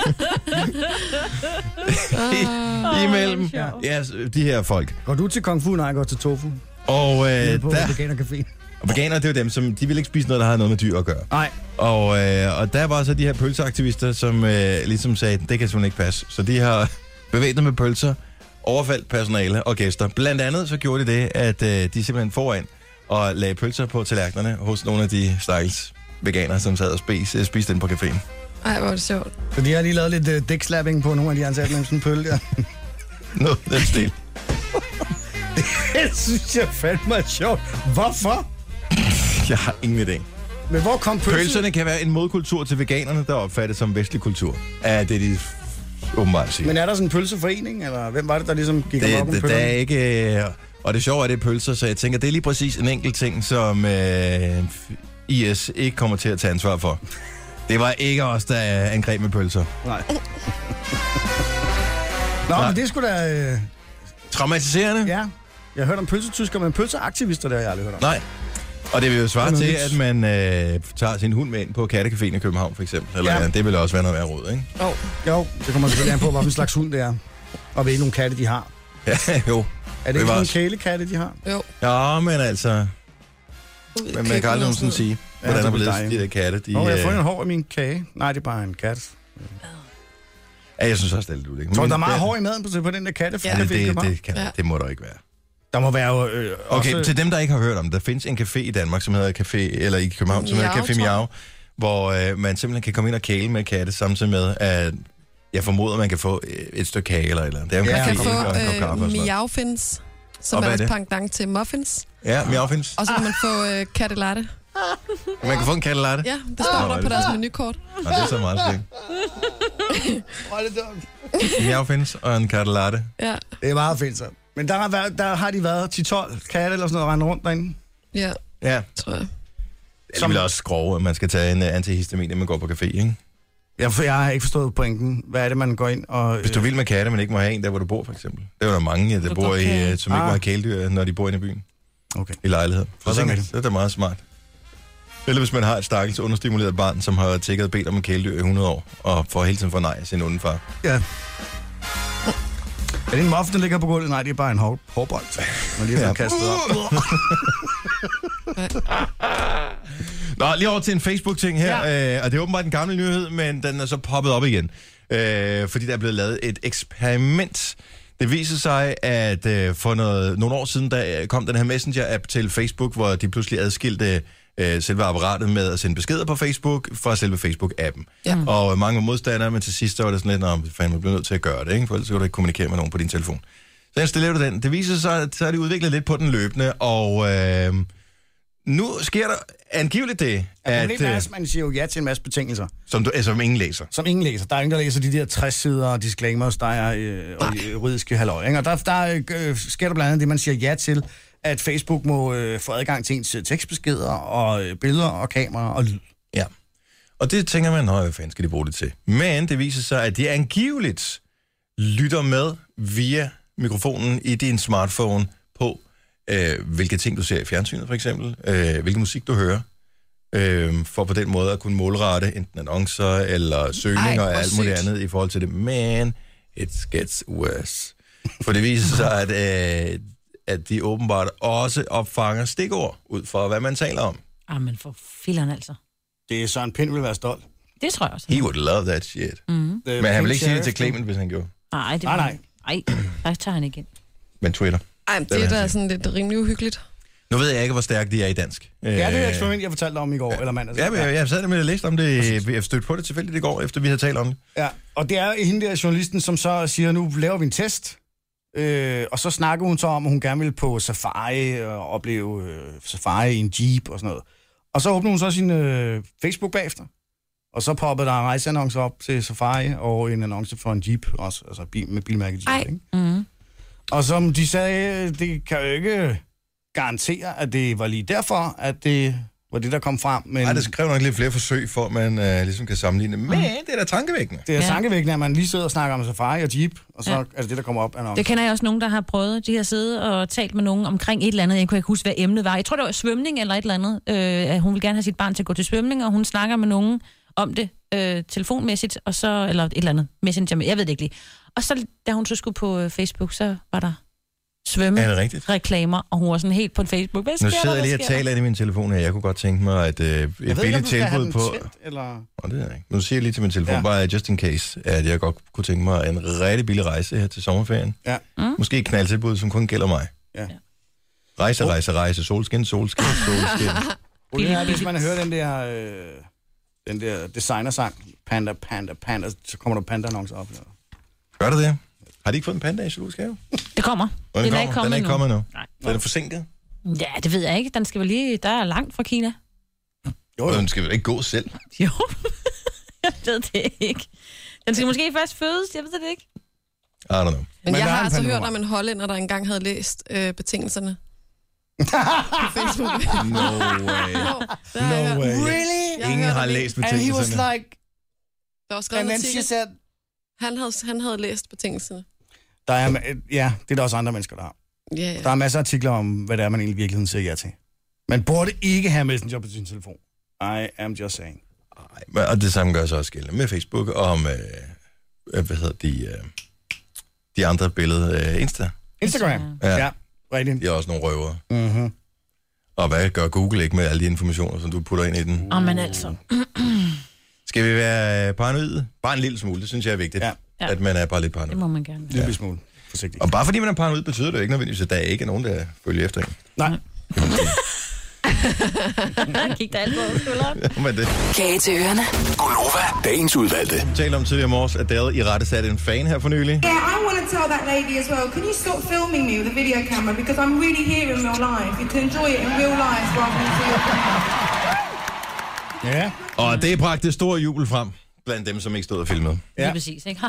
imellem ja, de her folk. Går du til Kung Fu? Nej, jeg går til tofu. Og, På der, Veganercafé. og veganer, det er jo dem, som de vil ikke spise noget, der har noget med dyr at gøre. Nej. Og der var så de her pølseaktivister, som ligesom sagde, det kan simpelthen ikke passe. Så de har bevæbnet med pølser, overfaldt personale og gæster. Blandt andet så gjorde de det, at de simpelthen foran og lagde pølser på tallerkenerne hos nogle af de stakkels veganere, som sad og spiste den på caféen. Ej, hvor er det sjovt. Så de har lige lavet lidt dækslapping på nogle af de ansatte med sådan en pølle der. Noget den stil. Det synes jeg fandme er sjovt. Hvorfor? Jeg har ingen idé. Men hvor kom pølsen? Pølserne kan være en modkultur til veganerne, der opfattes som vestlig kultur. Ja, det er de åbenbart siger. Men er der sådan en pølseforening, eller hvem var det, der ligesom gik amok om Det er pøllerne? ikke... Og det sjove er, det er pølser, så jeg tænker, det er lige præcis en enkelt ting, som IS ikke kommer til at tage ansvar for. Det var ikke os, der angreb med pølser. Nej. Nå, men det skulle da... Traumatiserende? Ja. Jeg har hørt om pølsetysker, men pølseaktivister, der har jeg aldrig hørt om. Nej. Og det vil jo svare Det er til, noget at man tager sin hund med ind på Kattecaféen i København, for eksempel. Eller Ja. det vil også være noget værd råd, ikke? Jo, det kommer selvfølgelig an på, hvilken slags hund det er. Og hvilke nogle katte, de har. Ja, jo. Er det ikke var nogle også- kælekatte, de har? Jo. Ja, men altså... Ud i Men man kan køkkenet aldrig og nogensinde sådan sige, Ja, hvordan det der er blevet dejligt. de der katte. De, Nå, jeg har fået en hår i min kage. Nej, det er bare en kat. Ja, jeg synes også, det er lidt ulækkert. Tror du, Men der er meget det- hår i maden på den der katte? Ja. Men Ja. det må der ikke være. Der må være jo Okay, også... til dem, der ikke har hørt om det, der findes en café i Danmark, som hedder Café, eller i København, som hedder Miau, Café tror jeg. Miau, hvor man simpelthen kan komme ind og kæle med katte, samtidig med, at jeg formoder, man kan få et stykke kage eller et eller andet. Det er jo en Ja, café, Man ikke? Og en kop kan kaffe få og sådan noget. miaufins, som Og er hvad er også det? pendant til muffins. Ja, Miau findes. Og så kan man få katte latte. Man kan få en katte latte. Ja, det står der på deres menukort. Og det er så meget skægt. Miau findes, og en katte latte. Ja, Det er meget fint så. Men der har de været 10-12 katte eller sådan noget, rende rundt derinde. ja, Ja, tror jeg. det er vel også grove, at man skal tage en antihistamin, når man går på café, ikke? Jeg har ikke forstået pointen. Hvad er det, man går ind og... Hvis du vil med katte, men ikke må have en der, hvor du bor, for eksempel. Det er jo der mange, der bor i, som ikke må have kæledyr, når de bor inde i byen. Okay. I lejlighed. For Så er så det. det er da meget smart. Eller hvis man har et stakkels understimuleret barn, som har tækket og bedt om en kæledyr i 100 år, og får hele tiden for nej af sin onde far. Ja. Er det en muffin, der ligger på gulvet? Nej, det er bare en hårbold. Man lige har kastet op. Nå, lige over til en Facebook-ting her. Ja. Og det er åbenbart en gammel nyhed, men den er så poppet op igen. Fordi der er blevet lavet et eksperiment Det viser sig, at for nogle år siden, der kom den her Messenger-app til Facebook, hvor de pludselig adskilte selve apparatet med at sende beskeder på Facebook fra selve Facebook-appen. Ja. Og mange var modstandere, men til sidst var det sådan lidt, at man bliver nødt til at gøre det, ikke? For ellers kan du ikke kommunikere med nogen på din telefon. Så installerer du den. Det viser sig, at så har de udviklet lidt på den løbende, og nu sker der angiveligt det, at man siger jo ja til en masse betingelser. Som ingen læser. Som ingen læser. Der er ingen, der læser de der 60 sider og disclaimers, der er juridiske halløj. Og der sker der blandt andet det, man siger ja til, at Facebook må få adgang til ens tekstbeskeder og billeder og kamera og lyd. Ja. Og det tænker man, hvad fanden skal de bruge det til? Men det viser sig, at de angiveligt lytter med via mikrofonen i din smartphone på, hvilke ting du ser i fjernsynet for eksempel, hvilken musik du hører, for på den måde at kunne målrette enten annoncer eller søgninger og alt muligt andet i forhold til det. Men it gets worse. For det viser sig, at de åbenbart også opfanger stikord ud fra, hvad man taler om. Men for filan altså. Det er Søren Pind vil være stolt. Det tror jeg også. He would love that shit. Mm-hmm. Men han vil ikke sige det til Clement, hvis han gjorde. Nej, der tager han ikke ind. Men Twitter. Ej, det er da sådan lidt rimelig uhyggeligt. Nu ved jeg ikke, hvor stærkt de er i dansk. Ja, det er et eksperiment, jeg fortalte om i går, eller mandag. Ja, jeg sad der med at læse om det. Jeg stødte på det tilfældigt i går, efter vi havde talt om det. Ja, og det er hende der journalisten, som så siger, nu laver vi en test. Og så snakker hun så om, at hun gerne vil på safari og opleve safari i en jeep og sådan noget. Og så åbner hun så sin Facebook bagefter. Og så poppede der en rejseannonce op til safari og en annonce for en jeep også, altså med bilmærket jeep. Ikke? Mm. Og som de sagde, det kan jo ikke garantere, at det var lige derfor, at det var det, der kom frem. Men nej, det kræver nok lidt flere forsøg, for at man ligesom kan sammenligne. Men det er da tankevækkende. Det er tankevækkende, at man lige sidder og snakker om safari og jeep, og så er det, der kommer op. Det kender jeg også nogen, der har prøvet. De har siddet og talt med nogen omkring et eller andet. Jeg kunne ikke huske, hvad emnet var. Jeg tror, det var svømning eller et eller andet. Hun vil gerne have sit barn til at gå til svømning, og hun snakker med nogen om det telefonmæssigt, og så, eller et eller andet messenger, jeg ved det ikke lige. Og så, da hun så skulle på Facebook, så var der reklamer, og hun var sådan helt på Facebook. Hvad sker nu sidder jeg lige og taler ind i min telefon her. Jeg kunne godt tænke mig, at et billigt tilbud på... eller... det er ikke. Nu siger jeg lige til min telefon, bare just in case, at jeg godt kunne tænke mig en rigtig billig rejse her til sommerferien. Ja. Måske et knaldtilbud, som kun gælder mig. Ja. Rejse, solskin. Hvis man hører den der designersang, Panda, så kommer der panda-annoncer op. Gør det det? Har de ikke fået en panda i zoologisk have? Det kommer. Den er ikke kommet nu. Nej. Den er forsinket? Ja, det ved jeg ikke. Den skal vel lige... Der er langt fra Kina. Jo. Den skal vel ikke gå selv? Jo. Jeg ved det ikke. Den skal måske først fødes. Jeg ved det ikke. I don't know. Men jeg har altså hørt om en hollænder, der engang havde læst betingelserne. På Facebook. No way. No way. Really? Ingen har læst betingelserne. And he was like... Der var skrevet and then she said... Han havde læst betingelserne. Det er der også andre mennesker, der har. Yeah. Der er masser af artikler om, hvad det er, man egentlig i virkeligheden siger ja til. Man burde ikke have Messenger på sin telefon. I am just saying. Og det samme gør så også gældende med Facebook og med, de andre billeder. Instagram. Ja, rigtigt. De er også nogle røvere. Mm-hmm. Og hvad gør Google ikke med alle de informationer, som du putter ind i den? Men altså... Skal vi være paranoide? Bare en lille smule, det synes jeg er vigtigt. Ja. At man er bare lidt paranoid. Det må man gerne. En lille smule. Forsigtigt. Og bare fordi man er paranoid, betyder det ikke nødvendigvis, at der ikke er nogen, der følger efter en. Nej. Gik der alt på skulderen? Kage til ørerne. Gunova, dagens udvalgte. Vi talte om tidligere morges, at Adele i rette satte en fan her for nylig. Yeah, I want to tell that lady as well, can you stop filming me with a video camera, because I'm really here in real life. You can enjoy it in real life rather than through your camera. Ja. Og det bragte stor jubel frem blandt dem, som ikke stod og filmede. Ja. Det er præcis, ikke? Se,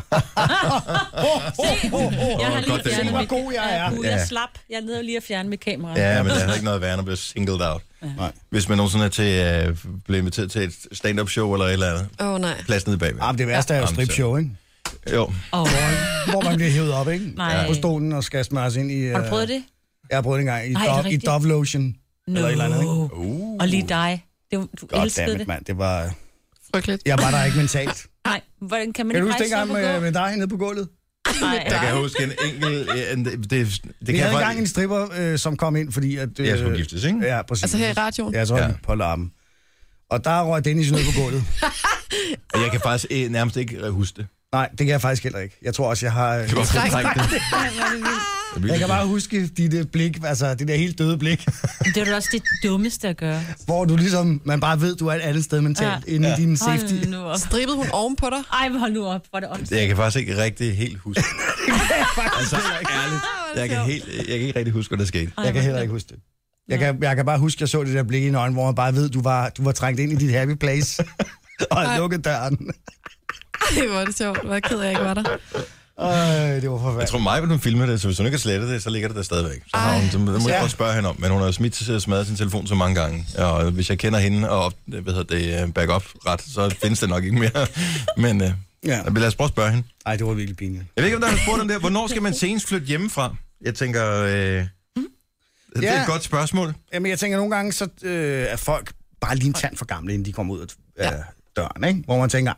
jeg har lige fjernet mit kamera. Jeg slap. Jeg er nede og lige at fjerne mit kamera. Ja, men der er ikke noget værre, at blive singled out. Ja. Hvis man nogensinde er til blive inviteret til et stand-up show eller et eller andet. Nej. Plads nede bagved. Det værste er jo strip-show, ikke? Jo. Hvor man bliver hævet op, ikke? Nej. På stolen og skal smøres ind i... Har du prøvet det? Jeg har prøvet det engang i Dove Lotion. Eller et eller andet, ikke? Og lige dig. Du elskede det. Man. Det var... Frygteligt. Jeg var der ikke mentalt. Nej, hvordan kan man ikke rejse sig? Kan du huske dengang med dig nede på gulvet? Nej. Jeg kan huske en enkelt... Vi havde engang en stripper, som kom ind, fordi at... Jeg skulle giftes, ikke? Ja, præcis. Altså her i radioen? Ja, så var på larmen. Og der røg Dennis ned på gulvet. Og jeg kan faktisk nærmest ikke huske det. Nej, det kan jeg faktisk heller ikke. Jeg tror også, jeg har... Du kan godt fortrænge det. Jeg kan bare huske dit blik, altså det der helt døde blik, Det er jo også det dummeste at gøre. hvor du ligesom, man bare ved, du er et andet sted mentalt, inde i din safety. Hold nu op. Strippede hun oven på dig? Ej, men hold nu op, hvor er det åndssvagt. Jeg kan faktisk ikke rigtig helt huske. Altså, ærligt. Jeg kan ikke rigtig huske, hvad der skete. Jeg kan heller ikke huske det. Jeg kan bare huske, at jeg så det der blik i øjnene, hvor man bare ved, du var trængt ind i dit happy place, og havde lukket døren. Ej, hvor er det sjovt. Hvad ked af, jeg ikke var der. Det var forfærdeligt. Jeg tror mig, vil hun filme det, så hvis hun ikke har slettet det, så ligger det der stadigvæk. Så har hun, det må jeg godt spørge hende om, men hun har jo smidt til at smadre sin telefon så mange gange. Og hvis jeg kender hende og backup ret, så findes det nok ikke mere. Men lad os prøve at spørge hende. Ej, det var virkelig pinligt. Jeg ved ikke, om der har spurgt om det. Hvornår skal man senest flytte hjemmefra? Jeg tænker, det er et godt spørgsmål. Jamen, jeg tænker nogle gange, så er folk bare lige en tand for gamle, inden de kommer ud af døren, ikke? Hvor man tænker,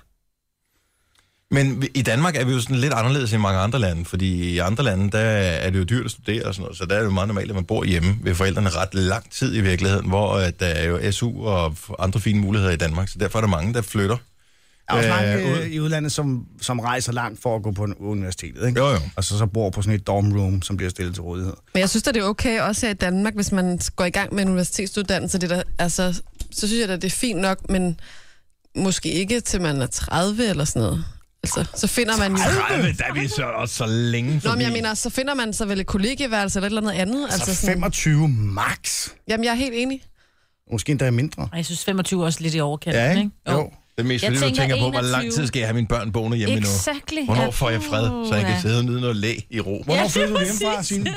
Men i Danmark er vi jo sådan lidt anderledes end mange andre lande, fordi i andre lande, der er det jo dyrt at studere og sådan noget, så der er det jo meget normalt, at man bor hjemme ved forældrene ret lang tid i virkeligheden, hvor der er jo SU og andre fine muligheder i Danmark, så derfor er der mange, der flytter. Der er også mange i udlandet, som rejser langt for at gå på universitetet, ikke? Jo. Og så bor på sådan et dorm room, som bliver stillet til rådighed. Men jeg synes, at det er okay også her i Danmark, hvis man går i gang med en universitetsuddannelse. Det der, altså, så synes jeg, at det er fint nok, men måske ikke til man er 30 eller sådan noget. Altså, så finder man jo... 30, der er vi så også så længe forbi. Nå, men jeg mener, så finder man så vel et kollegieværelse eller et eller andet. Altså sådan... 25 max. Jamen, jeg er helt enig. Måske endda mindre. Ej, jeg synes 25 er også lidt i overkanten, Ja, ikke? Jo. Det er mest Jeg fordi, du tænker på, 21. hvor lang tid skal jeg have mine børn boende hjemme nu? Exactly. Hvornår får jeg fred, så jeg kan sidde og nyde noget læ i ro? Hvornår flyttede du hjemmefra, Signe?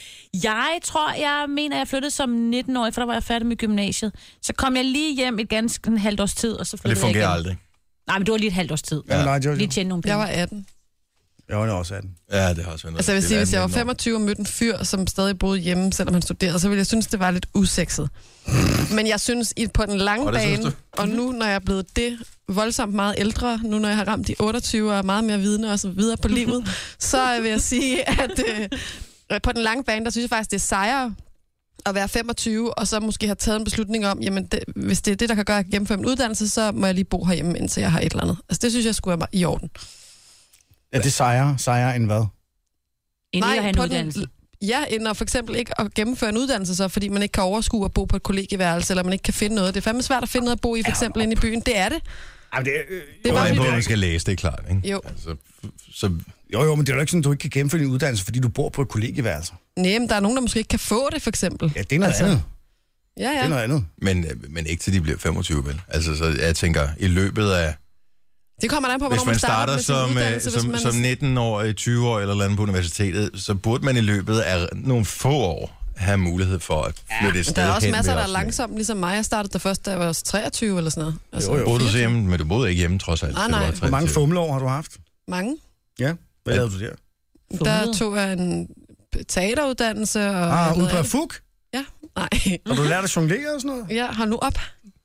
Jeg flyttede som 19-årig, for der var jeg færdig med gymnasiet. Så kom jeg lige hjem et ganske en halvt års tid, og så Og det flyttede jeg fungerer igen. aldrig. Nej, men det var lige et halvt års tid. Ja. Nej, Lige tjene nogle penge. Jeg var 18. Jeg var også 18. Ja, det har også været noget. Altså jeg vil Det sige, er hvis jeg var 18 år. 25 og mødte en fyr, som stadig boede hjemme, selvom han studerede, så ville jeg synes, det var lidt usekset. Men jeg synes, på den lange Og det synes bane, og nu når jeg er blevet det voldsomt meget ældre, nu når jeg har ramt de 28 og er meget mere vidende og så videre på livet, så vil jeg sige, at på den lange bane, der synes jeg faktisk, det er sejere at være 25, og så måske have taget en beslutning om, jamen hvis det er det, der kan gøre, at jeg gennemføre min uddannelse, så må jeg lige bo herhjemme, indtil jeg har et eller andet. Altså det synes jeg skulle være i orden. Er det sejere end hvad? Inden at have en på uddannelse. end at for eksempel ikke at gennemføre en uddannelse, så, fordi man ikke kan overskue at bo på et kollegieværelse, eller man ikke kan finde noget. Det er fandme svært at finde noget at bo i, for eksempel inde i byen. Det er det. Jamen, Det Det er var bare en på, fordi- at man skal læse, det er klart, ikke? Jo. Altså, så Jo, men det er jo ikke sådan, at du ikke kan gennemføre din uddannelse, fordi du bor på et kollegieværelse. Nej, men der er nogen, der måske ikke kan få det, for eksempel. Ja, det er noget andet. Ja, Det er ja. noget andet. men ikke til de bliver 25, vel? Altså, så jeg tænker, i løbet af... Det kommer an på, Hvis hvornår man starter med sin uddannelse, som 19-årig, 20-årig eller andet på universitetet, så burde man i løbet af nogle få år have mulighed for at flytte et sted Der er også hen masser, ved der er os. langsomt, ligesom mig. Jeg startede der først, da jeg var 23 eller sådan noget. Altså, Jo. Boede du så hjemme, men du boede ikke hjemme trods alt. Nej, til du nej. var Hvor mange 23. fumleår har du haft? Mange. Ja. Hvad lavede du der? Der tog jeg en teateruddannelse. Og Ude på FUG? Ja, nej. Har du lært at jonglere og sådan noget? Ja, hold nu op.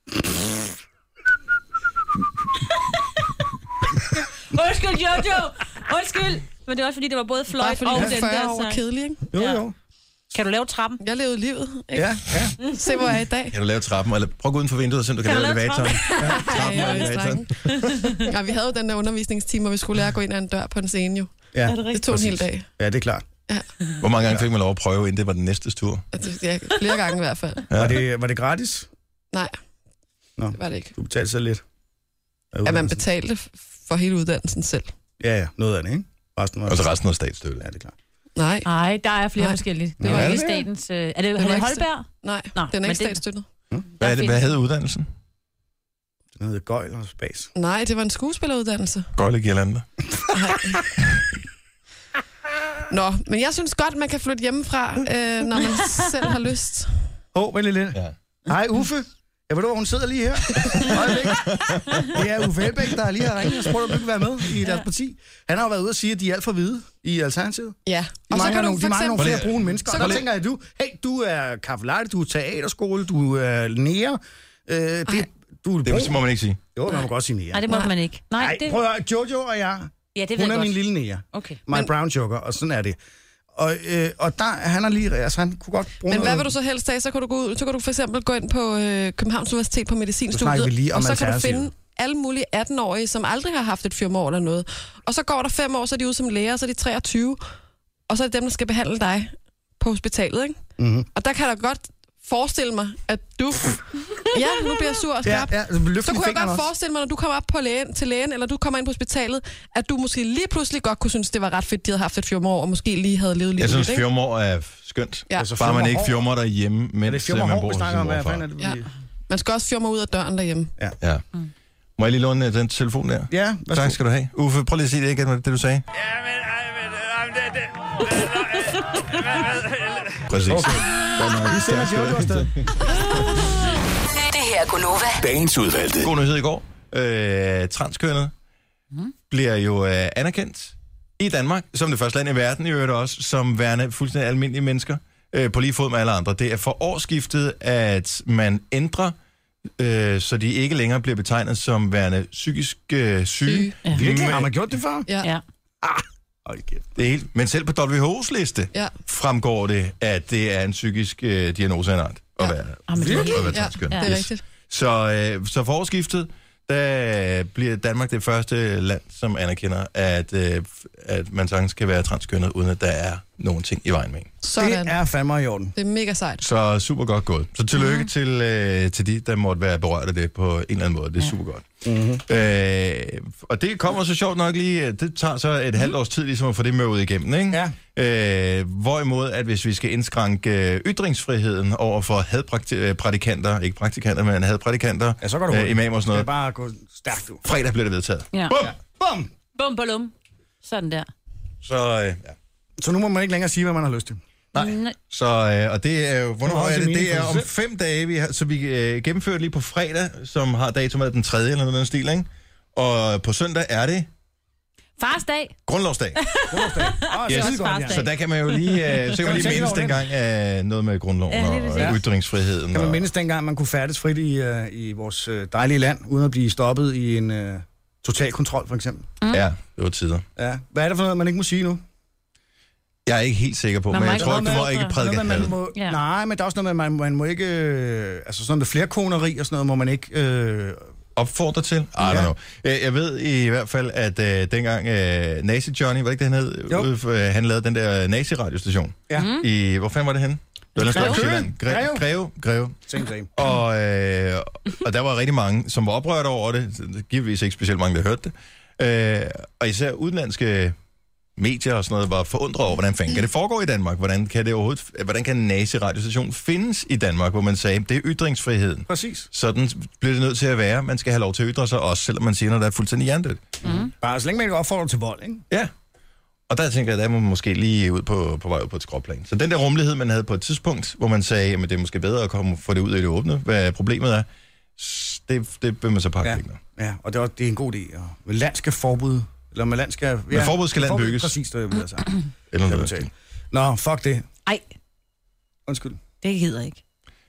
Undskyld, Jojo! Undskyld! Men det er også fordi, det var både Bare fløjt fordi og jeg den er 40 der år sang. kedelig, ikke? Jo, Ja. jo. Kan du lave trappen? Jeg levede livet, ikke? Ja. Se, hvor jeg er i dag. Kan du lave trappen? Eller prøv at gå uden for vinduet og se, om du kan Kan du lave lave elevatoren. Ej, og jeg er elevatoren. streng. Ja, vi havde jo den der undervisningstime, hvor vi skulle lære at gå ind ad en dør på en scene jo. Ja. Det tog en hel dag. Ja, det er klart. Hvor mange gange fik man lov at prøve, inden det var den næste tur? Altså, ja, flere gange i hvert fald. Var det gratis? Nej, Nå. det var det ikke. Du betalte så lidt. At man betalte for hele uddannelsen selv. Ja, noget af det, ikke? Resten var... Og så resten var statsstøtte. Ja, det er klart. Nej, Nej, der er flere Nej. forskellige. Nå, Det var er ikke det det? statens... Er det var ikke Holberg? nej, Nå, den er men ikke det- statsstøttet. Hvad hed uddannelsen? Den hedder Gøjl og Spas. Nej, det var en skuespilleruddannelse. Gøjle Girlander. Nå, men jeg synes godt, man kan flytte hjemmefra, når man selv har lyst. Vent lidt. Ja. Hej, Uffe. Ja, ved du, hvor hun sidder lige her? Øjeblik. Det er Uffe Elbæk, der lige har ringet og spurgt, om du kan være med i deres parti. Han har jo været ude og sige, at de er alt for hvide i Alternativet. Ja, De mangler nogle flere brune mennesker. så Og kan der du- tænker jeg, du er kaffelatte, du er teaterskole, du er nære. Du er Det må man ikke sige. Jo, man må godt sige nære. Nej, det må man ikke. Nej, Nej, det... prøv at høre, Jojo og jeg, Ja, det ved hun jeg er min godt. lille nære. Okay. My brown sugar, og sådan er det. Og der, han har lige, altså han kunne godt bruge Men hvad noget. vil du så helst have? Så kan du gå ud, så kan du for eksempel gå ind på Københavns Universitet på Nu snakker medicinstudiet, vi lige om og så kan du Alternativet. finde alle mulige 18-årige, som aldrig har haft et firmaår eller noget. Og så går der 5 år, så er de ude som læger, og så er de 23. Og så er det dem, der skal behandle dig på hospitalet, ikke? Mm-hmm. Og der kan jeg godt forestille mig, at du... Ja, nu bliver jeg sur og skarp. Ja, så kunne jeg godt forestille mig, når du kommer op på til lægen, eller du kommer ind på hospitalet, at du måske lige pludselig godt kunne synes, det var ret fedt, de havde haft et firmaår, og måske lige havde levet livet. Jeg synes, firmaår er skønt. Ja. Altså, bare man ikke firmaer derhjemme, mens man bor hos sin morfar. Ja. Man skal også firmaer ud af døren derhjemme. Ja. Må jeg lige låne den telefon der? Ja, tak skal du have. Uffe, prøv lige at sige det igen, det du sagde. Præcis. Det her er Gunova. Dagens udvalgte. God nyhed i går. Transkønnet bliver jo anerkendt i Danmark, som det første land i verden, i øvrigt også, som værende fuldstændig almindelige mennesker, på lige fod med alle andre. Det er for årsskiftet, at man ændrer, så de ikke længere bliver betegnet som værende psykisk syge. Ja. Virkelig? Har man gjort det før? Ja. Det er helt, men selv på WHO's liste fremgår det, at det er en psykisk diagnose af en art at være transkønnet. Ja, det er rigtigt. Så for årsskiftet, der bliver Danmark det første land, som anerkender, at man sagtens kan være transkønnet, uden at der er nogen ting i vejen med. Det er fandme i orden. Det er mega sejt. Så super godt gået. Så tillykke til de, der måtte være berørt af det på en eller anden måde. Det er super godt. Mm-hmm. Og det kommer så sjovt nok lige, det tager så et halvt års tid ligesom at få det mødet igennem, ikke? Ja. Hvorimod, at hvis vi skal indskrænke ytringsfriheden over for hadprædikanter, ikke praktikanter, men hadprædikanter, så går det imamer og sådan noget. Det er bare at gå stærkt ud. Fredag bliver det vedtaget. Ja. Bum! Bum! Bum, balum. Sådan der. Så nu må man ikke længere sige, hvad man har lyst til. Nej. Så, og det er jo, hvornår er det? Det er om 5 dage, så vi gennemfører lige på fredag, som har datum af den 3. eller noget den stil, ikke? Og på søndag er det... Farsdag. Grundlovsdag. Yes. Så der kan man jo lige, så kan man lige mindes dengang noget med grundloven og ytringsfriheden. Kan man mindes dengang, man kunne færdes frit i vores dejlige land, uden at blive stoppet i en total kontrol, for eksempel? Ja, det var tider. Ja. Hvad er det for noget, man ikke må sige nu? Jeg er ikke helt sikker på, men jeg tror ikke, du må ikke prædike had. Nej, men der er også noget med, man må ikke... altså sådan noget flerkoneri og sådan noget, må man ikke... opfordre til? I don't know. Jeg ved i hvert fald, at dengang Nazi Johnny, var det ikke det, han hed? Han lavede den der nazi-radiostation. Ja. Hvor fanden var det henne? Greve. Og der var rigtig mange, som var oprørt over det. Givetvis ikke specielt mange, der hørte det. Og især udenlandske medier og sådan noget var forundret over, hvordan fanden kan det foregå i Danmark? Hvordan kan en nazi-radiostation findes i Danmark, hvor man sagde, det er ytringsfriheden. Præcis. Sådan bliver det nødt til at være. Man skal have lov til at ytre sig også, selvom man siger, når der er fuldstændig hjernedødt. Bare så længe man ikke opfordrer til vold, ikke? Ja. Og der tænker jeg, der må man måske lige ud på vej ud på et skråplan. Så den der rummelighed, man havde på et tidspunkt, hvor man sagde, at det er måske bedre at få det ud i det åbne, hvad problemet er, det bør man så pakke ikke. Ja, og det er en god idé. Med land skal forbud... Eller med land skal... Med forbud skal land bygges. Præcis, det vil jeg sige. Eller noget. Nå, fuck det. Ej. Undskyld. Det gider jeg ikke.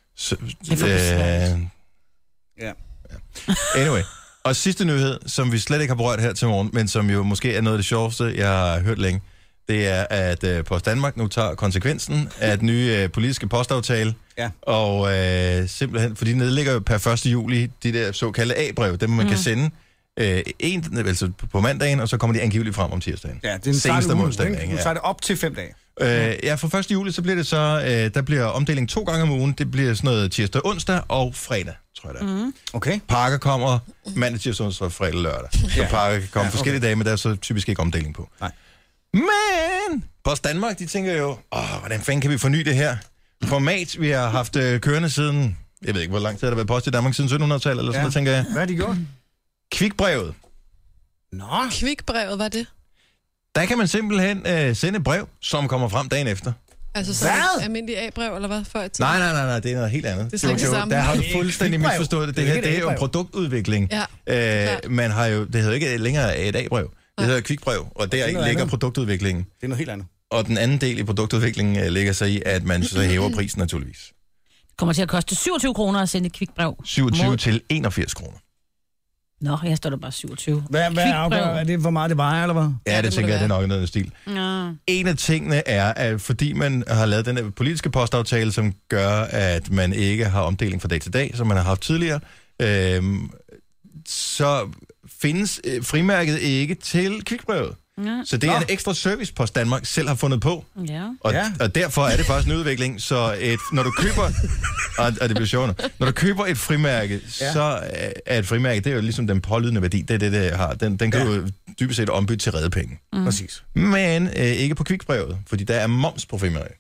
Ja. Anyway. Og sidste nyhed, som vi slet ikke har berørt her til morgen, men som jo måske er noget af det sjoveste, jeg har hørt længe, det er, at Post Danmark nu tager konsekvensen af den nye politiske postaftale. Ja. Og simpelthen, for de nedlægger jo per 1. juli de der såkaldte A-brev, dem man kan sende altså på mandagen, og så kommer de angiveligt frem om tirsdagen. Ja, det er en seneste onsdag. Du tager det op til 5 dage. Ja, fra 1. juli, så bliver det så, der bliver omdeling 2 gange om ugen. Det bliver sådan noget tirsdag, onsdag og fredag, tror jeg det er. Okay. Pakker kommer mandag, tirsdag, onsdag, fredag, lørdag. Så pakker kan komme forskellige dage, men der er så typisk ikke omdeling på. Nej. Men Post Danmark, de tænker jo, hvordan fanden kan vi forny det her format, vi har haft kørende siden, jeg ved ikke, hvor lang tid har der været post i Danmark, siden 1700-tallet, eller sådan noget, tænker jeg. Hvad har de gjort? Kvikbrevet. Nå. Kvikbrevet, hvad er det? Der kan man simpelthen sende et brev, som kommer frem dagen efter. Altså så almindelig A-brev, eller hvad? Før Nej, det er noget helt andet. Det er ikke det samme. Der har du fuldstændig misforstået det. Det her, det er jo produktudvikling. Ja. Man har jo, det hedder ikke længere et A-brev. Det hedder kvikbrev, og der ikke ligger produktudviklingen. Det er noget helt andet. Og den anden del i produktudviklingen ligger sig i, at man så hæver prisen naturligvis. Det kommer til at koste 27 kroner at sende et kvikbrev. 27 til 81 kroner. Nå, jeg står der bare 27. Hvad er det, hvor meget det vejer, eller hvad? Ja, det tænker jeg, det er nok noget stil. Ja. En af tingene er, at fordi man har lavet den her politiske postaftale, som gør, at man ikke har omdeling fra dag til dag, som man har haft tidligere, så findes frimærket ikke til kvikbrevet. Ja. Så det er en ekstra service, Post Danmark selv har fundet på. Ja. Og derfor er det faktisk en udvikling, så når du køber, og det bliver sjovt, når du køber et frimærke, så er et frimærke, det er jo ligesom den pålydende værdi, det er det har. Den kan du dybest set ombytte til redepenge. Præcis. Men ikke på kvikbrevet, fordi der er moms på frimærke.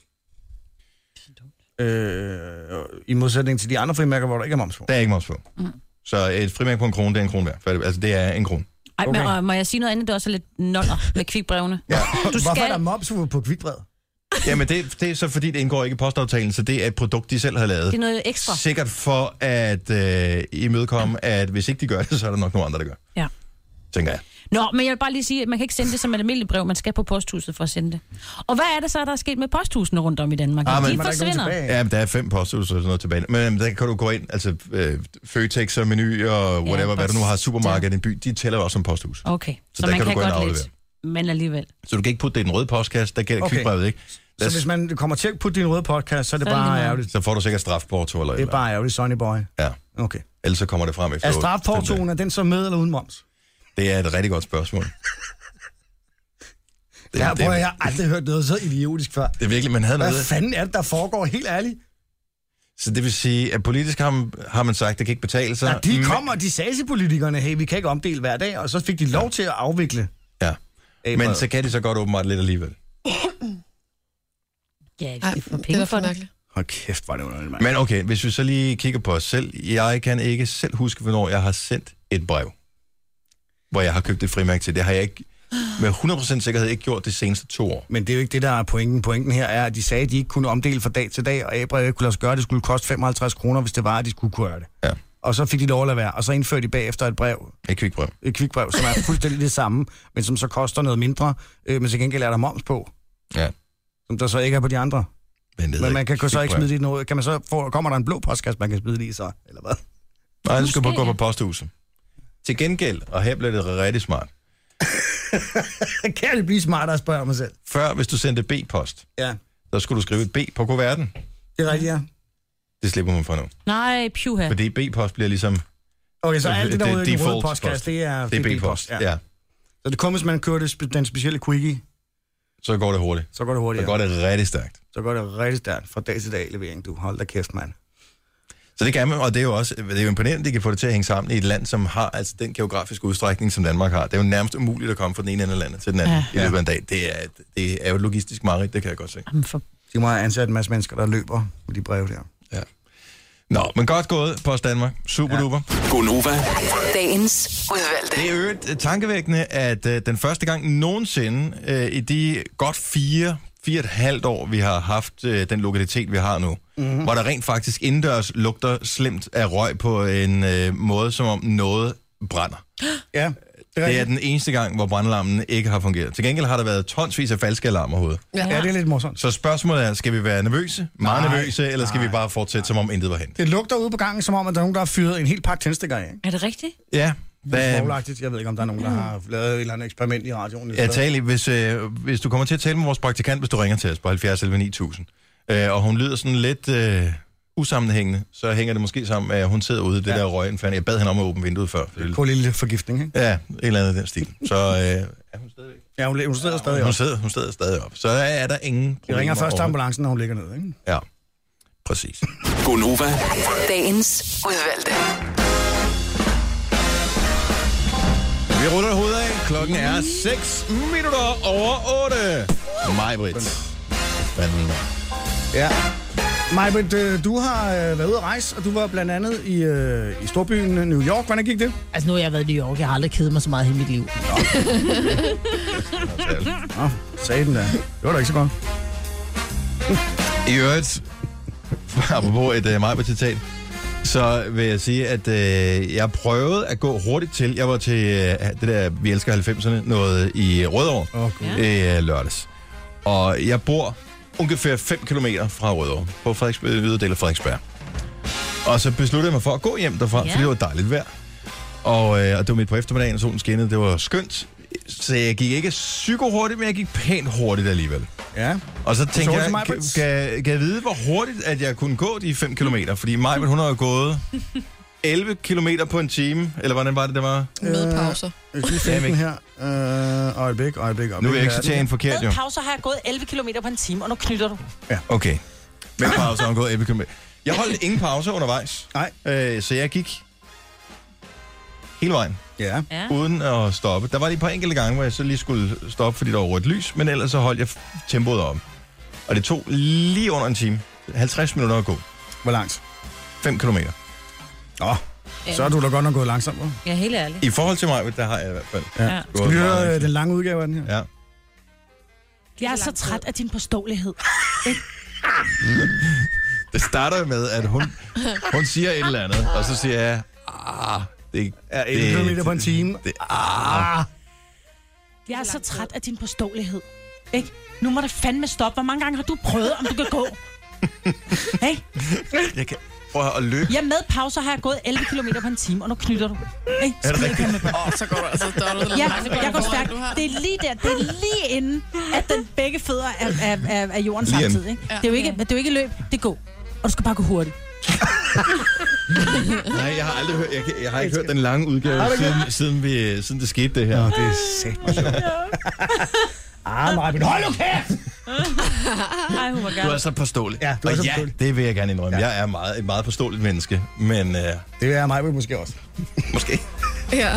I modsætning til de andre frimærker, hvor der ikke er moms på. Der er ikke moms på. Så et frimærke på 1 krone, det er 1 krone værd. Altså det er 1 krone. Ej, men må jeg sige noget andet, det er også lidt noller med kvikbrevene? Ja. Hvorfor er der moms på kvikbrevet? Jamen det er så fordi, det indgår ikke i postaftalen, så det er et produkt, de selv har lavet. Det er noget ekstra. Sikkert for at imødekomme, at hvis ikke de gør det, så er der nok nogle andre, der gør. Ja. Tænker jeg. Nå, men jeg vil bare lige sige, at man kan ikke sende det som et almindeligt brev, man skal på posthuset for at sende det. Og hvad er det så, der er sket med posthusene rundt om i Danmark? De forsvinder. Ja, men der er 5 posthus og sådan noget tilbage. Men der kan du gå ind, altså Føtex og Meny og whatever, hvad du nu har, supermarked i en by, de tæller også som posthus. Okay, så der man kan du godt lidt, men alligevel. Så du kan ikke putte det i den røde postkasse, der gælder kvikbrevet ikke. Så hvis man kommer til at putte din røde podcast, så er det bare ærgerligt. Så får du sikkert strafporto eller. Det er bare ærgerligt, Sonny Boy. Ja. Okay. Ellers så kommer det frem efter. Er strafportoen, er den så med eller uden moms? Det er et rigtig godt spørgsmål. Jeg har aldrig hørt noget så idiotisk før. Det er virkelig, man havde noget. Hvad fanden er det, der foregår? Helt ærligt. Så det vil sige, at politisk har man sagt, at det kan ikke betale sig. Ja, de sagde til politikerne, hey, vi kan ikke omdele hver dag, og så fik de lov til at afvikle. Ja, men så kan de så godt åbenbart lidt alligevel. Ja, de får penge for det. Hold kæft, var det underligt, mand. Men okay, hvis vi så lige kigger på os selv. Jeg kan ikke selv huske, hvornår jeg har sendt et brev, hvor jeg har købt et frimærke til. Det har jeg ikke med 100% sikkerhed ikke gjort de seneste 2 år. Men det er jo ikke det, der er pointen. Pointen her er, at de sagde, at de ikke kunne omdele fra dag til dag, og A-brevet kunne lade sig gøre, det skulle koste 55 kroner, hvis det var, at de skulle kunne gøre det. Ja. Og så fik de lov at lade være, og så indførte de bagefter et brev. Et kvikbrev. Et kvikbrev, som er fuldstændig det samme, men som så koster noget mindre, men til gengæld er der moms på. Ja. Som der så ikke er på de andre. Men man kan så ikke smide det i noget. Kan man så kommer der en blå postkasse, man kan smide det i så, eller hvad? Nej, du skal bare gå på posthuset. Til gengæld, og her bliver det rigtig smart. Kan det blive smartere at spørge mig selv? Før, hvis du sendte B-post, så skulle du skrive et B på kuverten. Det er rigtigt, ja. Det slipper man for nu. Nej, pjuha. Fordi B-post bliver ligesom. Okay, så alt det der ude i den røde postkasse, det er B-post. Ja. Så det kommer, hvis man kører den specielle quickie. Så går det hurtigt. Så går det hurtigt, Så går det rigtig stærkt. Så går det rigtig stærkt fra dag til dag levering, du. Hold da kæft, mand. Så det kan man, og det er jo også det er jo imponerende, at de kan få det til at hænge sammen i et land, som har altså den geografiske udstrækning, som Danmark har. Det er jo nærmest umuligt at komme fra den ene ende af landet til den anden i løbet af en dag. Det er jo et logistisk mareridt, det kan jeg godt se. De må have ansat en masse mennesker, der løber på de breve der. Ja. Nå, men godt gået, Post Danmark. Super duper. Gonova. Dagens udvalgte. Det er jo et tankevækkende, at den første gang nogensinde i de godt 4,5 år, vi har haft den lokalitet, vi har nu, hvor der rent faktisk indendørs lugter slemt af røg på en måde, som om noget brænder. Ja. Det er den eneste gang, hvor brandalarmen ikke har fungeret. Til gengæld har der været tonsvis af falske alarmer herude. Ja, det er lidt morsomt. Så spørgsmålet er, skal vi være nervøse, meget nervøse, eller skal vi bare fortsætte, som om intet var hent? Det lugter ude på gangen, som om, at der er nogen, der har fyret en hel pakke tændstikker af. Er det rigtigt? Ja. Jeg ved ikke, om der er nogen, der har lavet et eller andet eksperiment i radioen. Ja, Tali, hvis du kommer til at tale med vores praktikant, hvis du ringer til os på 70 11 9000, og hun lyder sådan lidt usammenhængende, så hænger det måske sammen med, at hun sidder ude i det der røgenfærd. Jeg bad hende om at åbne vinduet før. På en lille forgiftning, ikke? Ja, en eller anden den stil. Så er hun stadigvæk? Ja, hun sidder stadig op. Hun sidder stadig op. Så er der ingen problemer. Vi ringer først til ambulancen, når hun ligger ned, ikke? Ja, præcis. Gonova. Dagens udvalgte. Vi ruller hovedet af. Klokken er 6 minutter over 8. Maj-Brit. Ja. Maj-Brit, du har været ude at rejse, og du var blandt andet i storbyen New York. Hvordan gik det? Altså, nu har jeg været i New York. Jeg har aldrig kedet mig så meget i mit liv. Nå, sagde den da. Det var da ikke så godt. I øvrigt, apropos et Maj-Brit-citat, så vil jeg sige, at jeg prøvede at gå hurtigt til. Jeg var til det der, vi elsker 90'erne, noget i Rødovre lørdags. Og jeg bor ungefær 5 kilometer fra Rødovre, på yderdel af Frederiksberg. Og så besluttede jeg mig for at gå hjem derfra, fordi det var dejligt vejr. Og det var midt på eftermiddagen, og solen skinnede. Det var skønt. Så jeg gik ikke psykohurtigt, men jeg gik pænt hurtigt alligevel. Ja. Og så tænkte jeg, kan jeg vide, hvor hurtigt at jeg kunne gå de 5 kilometer? Fordi Maj, hun har jo gået 11 kilometer på en time, eller hvordan var det var? Med pauser. Jeg skal lige finde den her. Øjeblik. Nu vil jeg ikke citere en forkert, jo. Med pauser har jeg gået 11 km på en time, og nu knytter du. Ja. Okay. Med pauser har jeg gået 11 kilometer. Jeg holdt ingen pauser undervejs. Nej. Så jeg gik hele vejen. Ja. Uden at stoppe. Der var lige et par enkelte gange, hvor jeg så lige skulle stoppe, fordi der var rødt lys, men ellers så holdt jeg tempoet op. Og det tog lige under en time. 50 minutter at gå. Hvor langt? 5 kilometer. Så er du da godt nok gået langsomt, hva'? Ja, helt ærligt. I forhold til mig, der har jeg i hvert fald. Ja. Skal vi høre den lange udgave af den her? Ja. Jeg er så træt af din påståelighed. Det starter med, at hun siger et eller andet, og så siger jeg, det er 11 kilometer på en time. Jeg er så træt af din påståelighed. Ikke? Nu må det fandme stoppe. Hvor mange gange har du prøvet, om du kan gå? Hey? Jeg kan prøve at løbe. Ja, med pauser har jeg gået 11 km på en time, og nu knytter du. Hey, er det rigtigt? Så går du altså dårligt. Ja, jeg går stærkt. Det er lige der. Det er lige inden, at den begge fødder er jorden samtidig. Ikke? Det er jo ikke løb, det er gå. Og du skal bare gå hurtigt. Nej, jeg har aldrig hørt, jeg har ikke hørt den lange udgave, siden det skete det her. Det er sæt sjovt. Marvin, hold nu kæft! Ej, hun var Du er så påståelig. Ja, du er så påståelig. Det vil jeg gerne indrømme. Ja. Jeg er et meget påståeligt menneske, men... Det er mig måske også. Måske. Ja.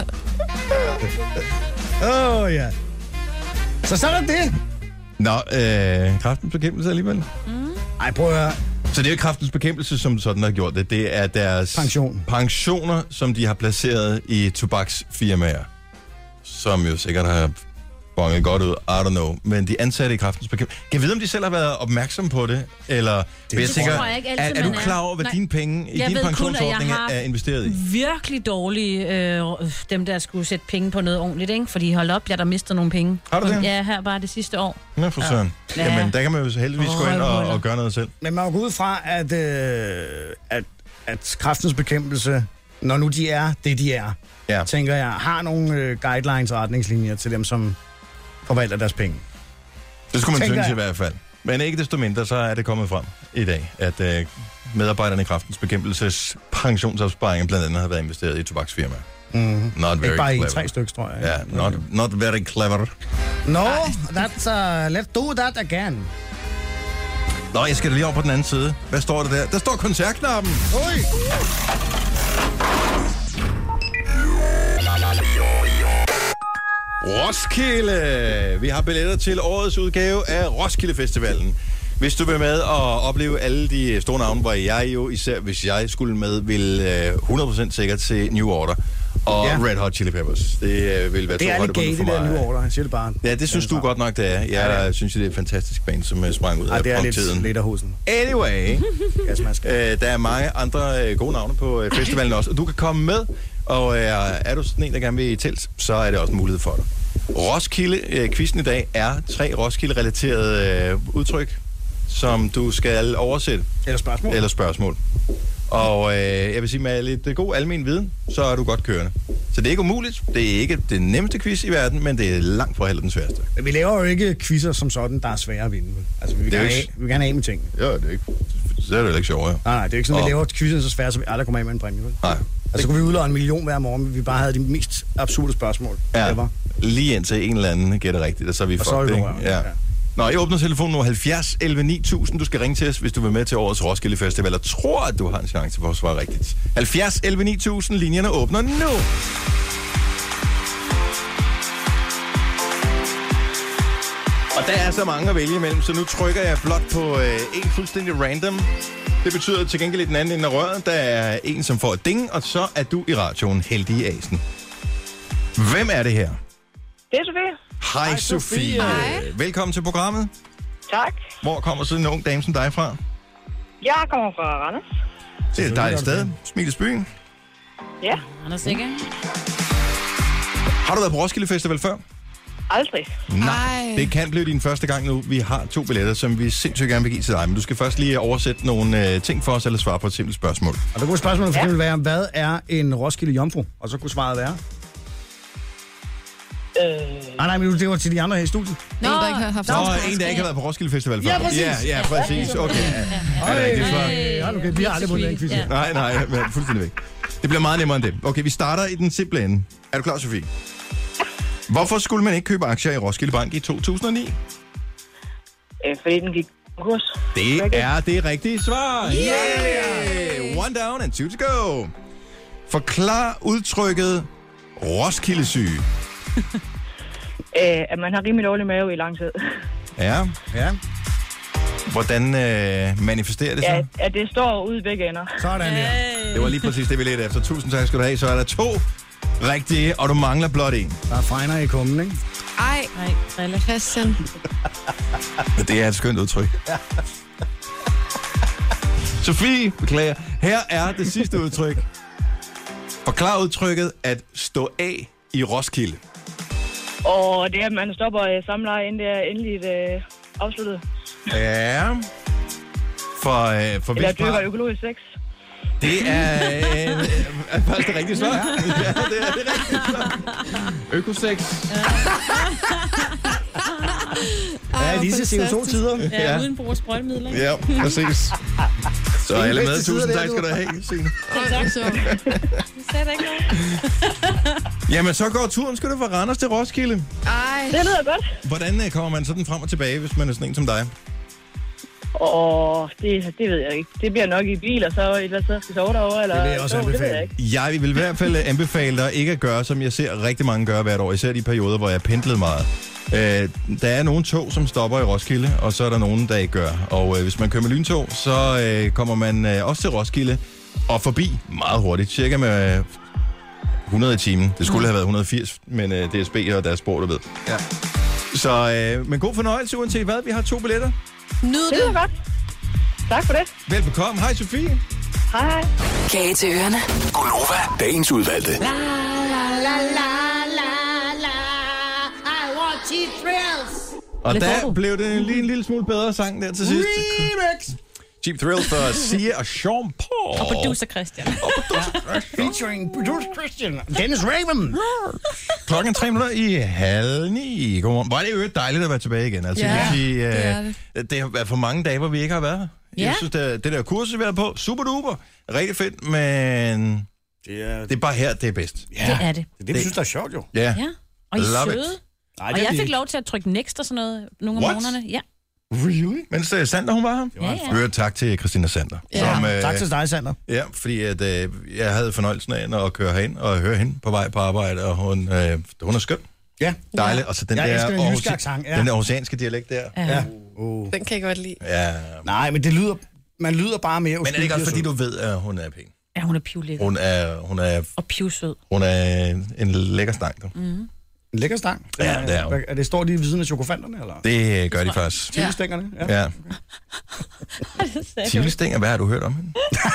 Ja. Så sådan er det. Nå, kræftens bekæmpelse alligevel. Ej, prøv at høre. Så det er jo kræftens bekæmpelse, som sådan har gjort det. Det er deres pensioner, som de har placeret i tobaksfirmaer, som jo sikkert har bonget godt ud. I don't know. Men de ansatte i kræftens bekæmpelse. Kan jeg vide, om de selv har været opmærksomme på det? Eller jeg tænker, er du klar over, hvad dine penge i din pensionsordning er investeret i? Virkelig dårlige, dem der skulle sætte penge på noget ordentligt, ikke? Fordi hold op, jeg der mister nogle penge. Har du det? Ja, her bare det sidste år. Nå, for søren. Ja. Jamen, der kan man jo heldigvis gå ind og gøre noget selv. Men man må gå ud fra, at kræftens bekæmpelse, når nu de er det, de er, tænker jeg, har nogle guidelines og retningslinjer til dem, som forvalter deres penge. Det skulle man synes i hvert fald. Men ikke desto mindre, så er det kommet frem i dag, at medarbejderne i kræftens bekæmpelses pensionsopsparinger blandt andet har været investeret i tobaksfirmaer. Mm-hmm. Not very ikke bare clever. I 3 stykker, tror jeg. Ja, not very clever. No, that's, let's do that again. Nå, jeg skal lige over på den anden side. Hvad står der der? Der står koncertknappen. Oj! Roskilde! Vi har billetter til årets udgave af Roskilde Festivalen. Hvis du vil med og opleve alle de store navne, hvor jeg jo, især hvis jeg skulle med, vil 100% sikkert se New Order og Red Hot Chili Peppers. Det vil være det to højdepunkter for mig. Det er New Order, jeg siger det bare. Ja, det synes du godt nok, det er. Jeg synes, det er et fantastisk band, som sprang ud af det er punkttiden. lidt hosen. Anyway, der er mange andre gode navne på festivalen også, og du kan komme med. Og er du sådan en, der gerne vil i telt, så er det også en mulighed for dig. Roskilde-quizzen i dag er 3 Roskilde-relaterede udtryk, som du skal oversætte. Eller spørgsmål. Og jeg vil sige, med lidt god almen viden, så er du godt kørende. Så det er ikke umuligt. Det er ikke det nemmeste quiz i verden, men det er langt fra heller den sværeste. Men vi laver jo ikke quizzer som sådan, der er svære at vinde. Altså, vi vil gerne af med ting. Ja, det er ikke. Så er det ikke sjovere. Nej, det er ikke sådan, vi laver quizzer så svære, så vi aldrig kommer af med en præmie. Nej. Altså, kunne vi udlåne 1 million hver morgen, hvis vi bare havde de mest absurde spørgsmål. Ja, lige indtil en eller anden gætter rigtigt, og så er vi fucked, ikke? Ja. Nå, jeg åbner telefonen nu 70 11 9000. Du skal ringe til os, hvis du vil med til årets Roskilde Festival, og tror, at du har en chance for at svare rigtigt. 70 11 9000. Linjerne åbner nu. Og der er så mange at vælge imellem, så nu trykker jeg blot på en fuldstændig random. Det betyder til gengæld i den anden ende af røret, der er en, som får et ding, og så er du i radioen heldig i asen. Hvem er det her? Det er Sofie. Hej Sofie. Velkommen til programmet. Tak. Hvor kommer sådan en ung dame som dig fra? Jeg kommer fra Randers. Det er et dejligt sted. Smilesbyen. Ja. Randers, ikke? Har du været på Roskilde Festival før? Aldrig. Nej, det kan blive din første gang nu. Vi har 2 billetter, som vi sindssygt gerne vil give til dig. Men du skal først lige oversætte nogle ting for os, eller svare på et simpelt spørgsmål. Og det gode spørgsmål for eksempel være, hvad er en Roskilde Jomfru? Og så kunne svaret være... Nej, men det var til de andre her i studiet. En, der ikke har haft en, der ikke har været på Roskilde Festival før. Ja, præcis. Ja, præcis. Okay. Okay, vi har aldrig vundet en quiz. Nej, men fuldstændig væk. Det bliver meget nemmere end det. Okay, vi starter i den simple ende. Er du klar, Sofie? Hvorfor skulle man ikke købe aktier i Roskilde Bank i 2009? Fordi den gik konkurs. Det er det rigtige svar. Yeah! One down and 2 to go. Forklar udtrykket Roskildesyge. At man har rimelig dårlig mave i lang tid. Ja. Hvordan manifesterer det sig? Ja, det står ude i begge ender. Sådan der. Det var lige præcis det, vi ledte efter. Tusind tak skal du have. Så er der 2 rigtige, og du mangler blot 1. Der er fregner i kummen, ikke? Ej, Drille. Christian. Det er et skønt udtryk. Sofie, beklager. Her er det sidste udtryk. Forklar udtrykket at stå af i Roskilde. Og det er, at man stopper samleje, inden det er endeligt afsluttet. Ja. For Eller hvis dyrker økologisk sex. det er faktisk det rigtige svar. Ja, det er det rigtige svar. Økosex. Ja, lige til CO2-tider. Ja, uden brug af sprøjtemidler. Ja, præcis. Så er alle med. Tusind tak skal du have, Signe. Tak så. Det sagde der ikke noget. Jamen, så går turen skal du fra Randers til Roskilde. Ej. Det lyder godt. Hvordan kommer man sådan frem og tilbage, hvis man er sådan en som dig? Det ved jeg ikke. Det bliver nok i bil, og så et eller andet sted skal sove derovre. Eller Det vil jeg også anbefale. Det ved jeg ikke. Jeg vil i hvert fald anbefale dig ikke at gøre, som jeg ser rigtig mange gøre hvert år. Især de perioder, hvor jeg pendlede meget. Der er nogle tog, som stopper i Roskilde, og så er der nogen, der ikke gør. Og hvis man kører med lyntog, så kommer man også til Roskilde og forbi meget hurtigt. Cirka med 100 i timen. Det skulle have været 180, men DSB og deres spor, du ved. Ja. Så, men god fornøjelse, uanset hvad. Vi har 2 billetter. Nyd Det lyder godt. Tak for det. Velbekomme. Hej, Sofie. Hej. Kage til ørerne. Gunova, dagens udvalgte. Og der blev det lige en lille smule bedre sang der til sidst. Remix! Cheap Thrill for Sia og Sean Paul. Og producer Christian. Featuring producer Christian. Dennis Raven. Klokken 8:03. Godmorgen. Hvor er det jo dejligt at være tilbage igen. Altså, Ja, jeg vil sige, det er det. det har været for mange dage, hvor vi ikke har været her. Ja. Jeg synes, det der kursus, vi har på, super duper. Rigtig fedt, men det er bare her, det er bedst. Ja, Det er det. Det er det, vi synes, der er sjovt, jo. Ja. Ja. Og I Love søde. Nej, Og jeg fik lov til at trykke next og sådan noget nogle af What? morgenerne. Ja. Really? Mens Sander, hun var her. Ja. Hør tak til Christina Sander. Ja. Som, Tak til dig, Sander. Ja, fordi at, jeg havde fornøjelsen af at køre herind og høre hende på vej på arbejde, og hun er skøn. Ja. Dejligt. Og så den Jeg der elsker den jyske accent, ja. den der oceanske dialekt der. Ja. Den kan jeg godt lide. Ja. Nej, men man lyder bare mere Men er det ikke også, fordi du ved, at hun er pæn? Ja, hun er pivlækker. Og pivsød. hun er en lækker stang, du. En lækker stang. Ja, det er hun. Er det står de ved siden af chokofanterne, eller? Det gør de faktisk. Tivoli-stængerne? Ja. Tivoli-stænger, hvad har du hørt om hende?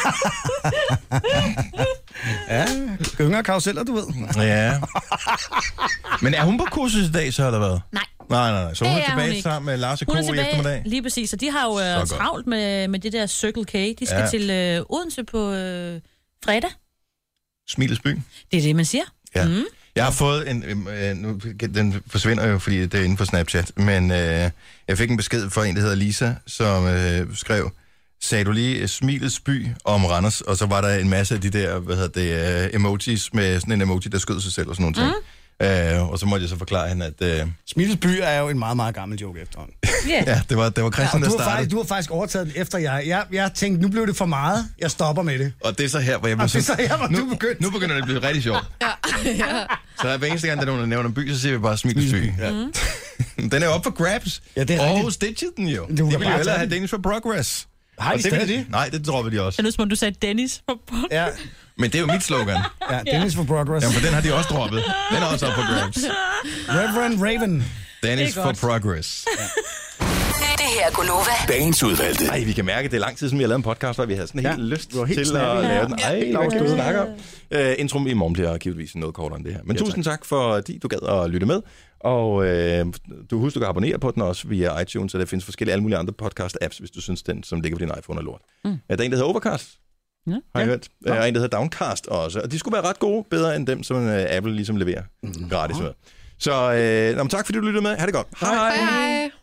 Ja, gynger og karuseller, du ved. Ja. Men er hun på kursus i dag, så har der været? Nej. Nej. Så hun Det er er hun tilbage ikke. sammen med Lars og Hun er Ko i eftermiddag? tilbage, lige præcis. Og de har jo Så godt. travlt med det der Circle K. De skal Ja. til Odense på fredag. Smilets by? Det er det, man siger. Ja. Jeg har fået nu, den forsvinder jo, fordi det er inden for Snapchat, men jeg fik en besked fra en, der hedder Lisa, som skrev, sagde du lige Smilets by om Randers, og så var der en masse af de der, emojis med sådan en emoji, der skød sig selv og sådan nogle ting. Og så måtte jeg så forklare hende, at... Smilets by er jo en meget, meget gammel joke efterhånden. Ja, det var Christian, der startede. Du har faktisk overtaget den efter jeg tænkte, nu blev det for meget. Jeg stopper med det. Og det er så her, hvor jeg Og det er så her, hvor du begyndte. Nu begynder det at blive rigtig sjovt. Så hver eneste gang, der er nogen, der nævner en by, så siger vi bare Smilets by. Ja. Den er jo op for grabs. Ja, det er og rigtigt. stitchede den jo. Du De kan ville jo bare hellere tage have den. Danish for Progress. Har Og de det vil stadig det? Nej, det droppede de også. Det er som om du sagde Dennis. Ja, Men det er jo mit slogan. ja, Dennis for Progress. Jamen, for den har de også droppet. Den er også op for grabs. Reverend Raven. Danish for Progress. Det her er Gunova. Dagens udvalgte. Ej, vi kan mærke, at det er lang tid siden, vi har lavet en podcast, hvor vi havde sådan helt lyst du var helt til snappy. at lave den. Ej, Lars, hvad skal du vi snakke om? Introen i morgen bliver givetvis noget kortere end det her. Men tusind tak, fordi du gad at lytte med. Og du husker, du kan abonnere på den også via iTunes, så der findes forskellige alle mulige andre podcast-apps, hvis du synes, den som ligger på din iPhone er lort. Der er en, der hedder Overcast. Ja. Har jeg hørt. Der er en, der hedder Downcast også. Og de skulle være ret gode, bedre end dem, som Apple ligesom leverer gratis med. Så tak, fordi du lyttede med. Ha' det godt. Hej. Hej hej.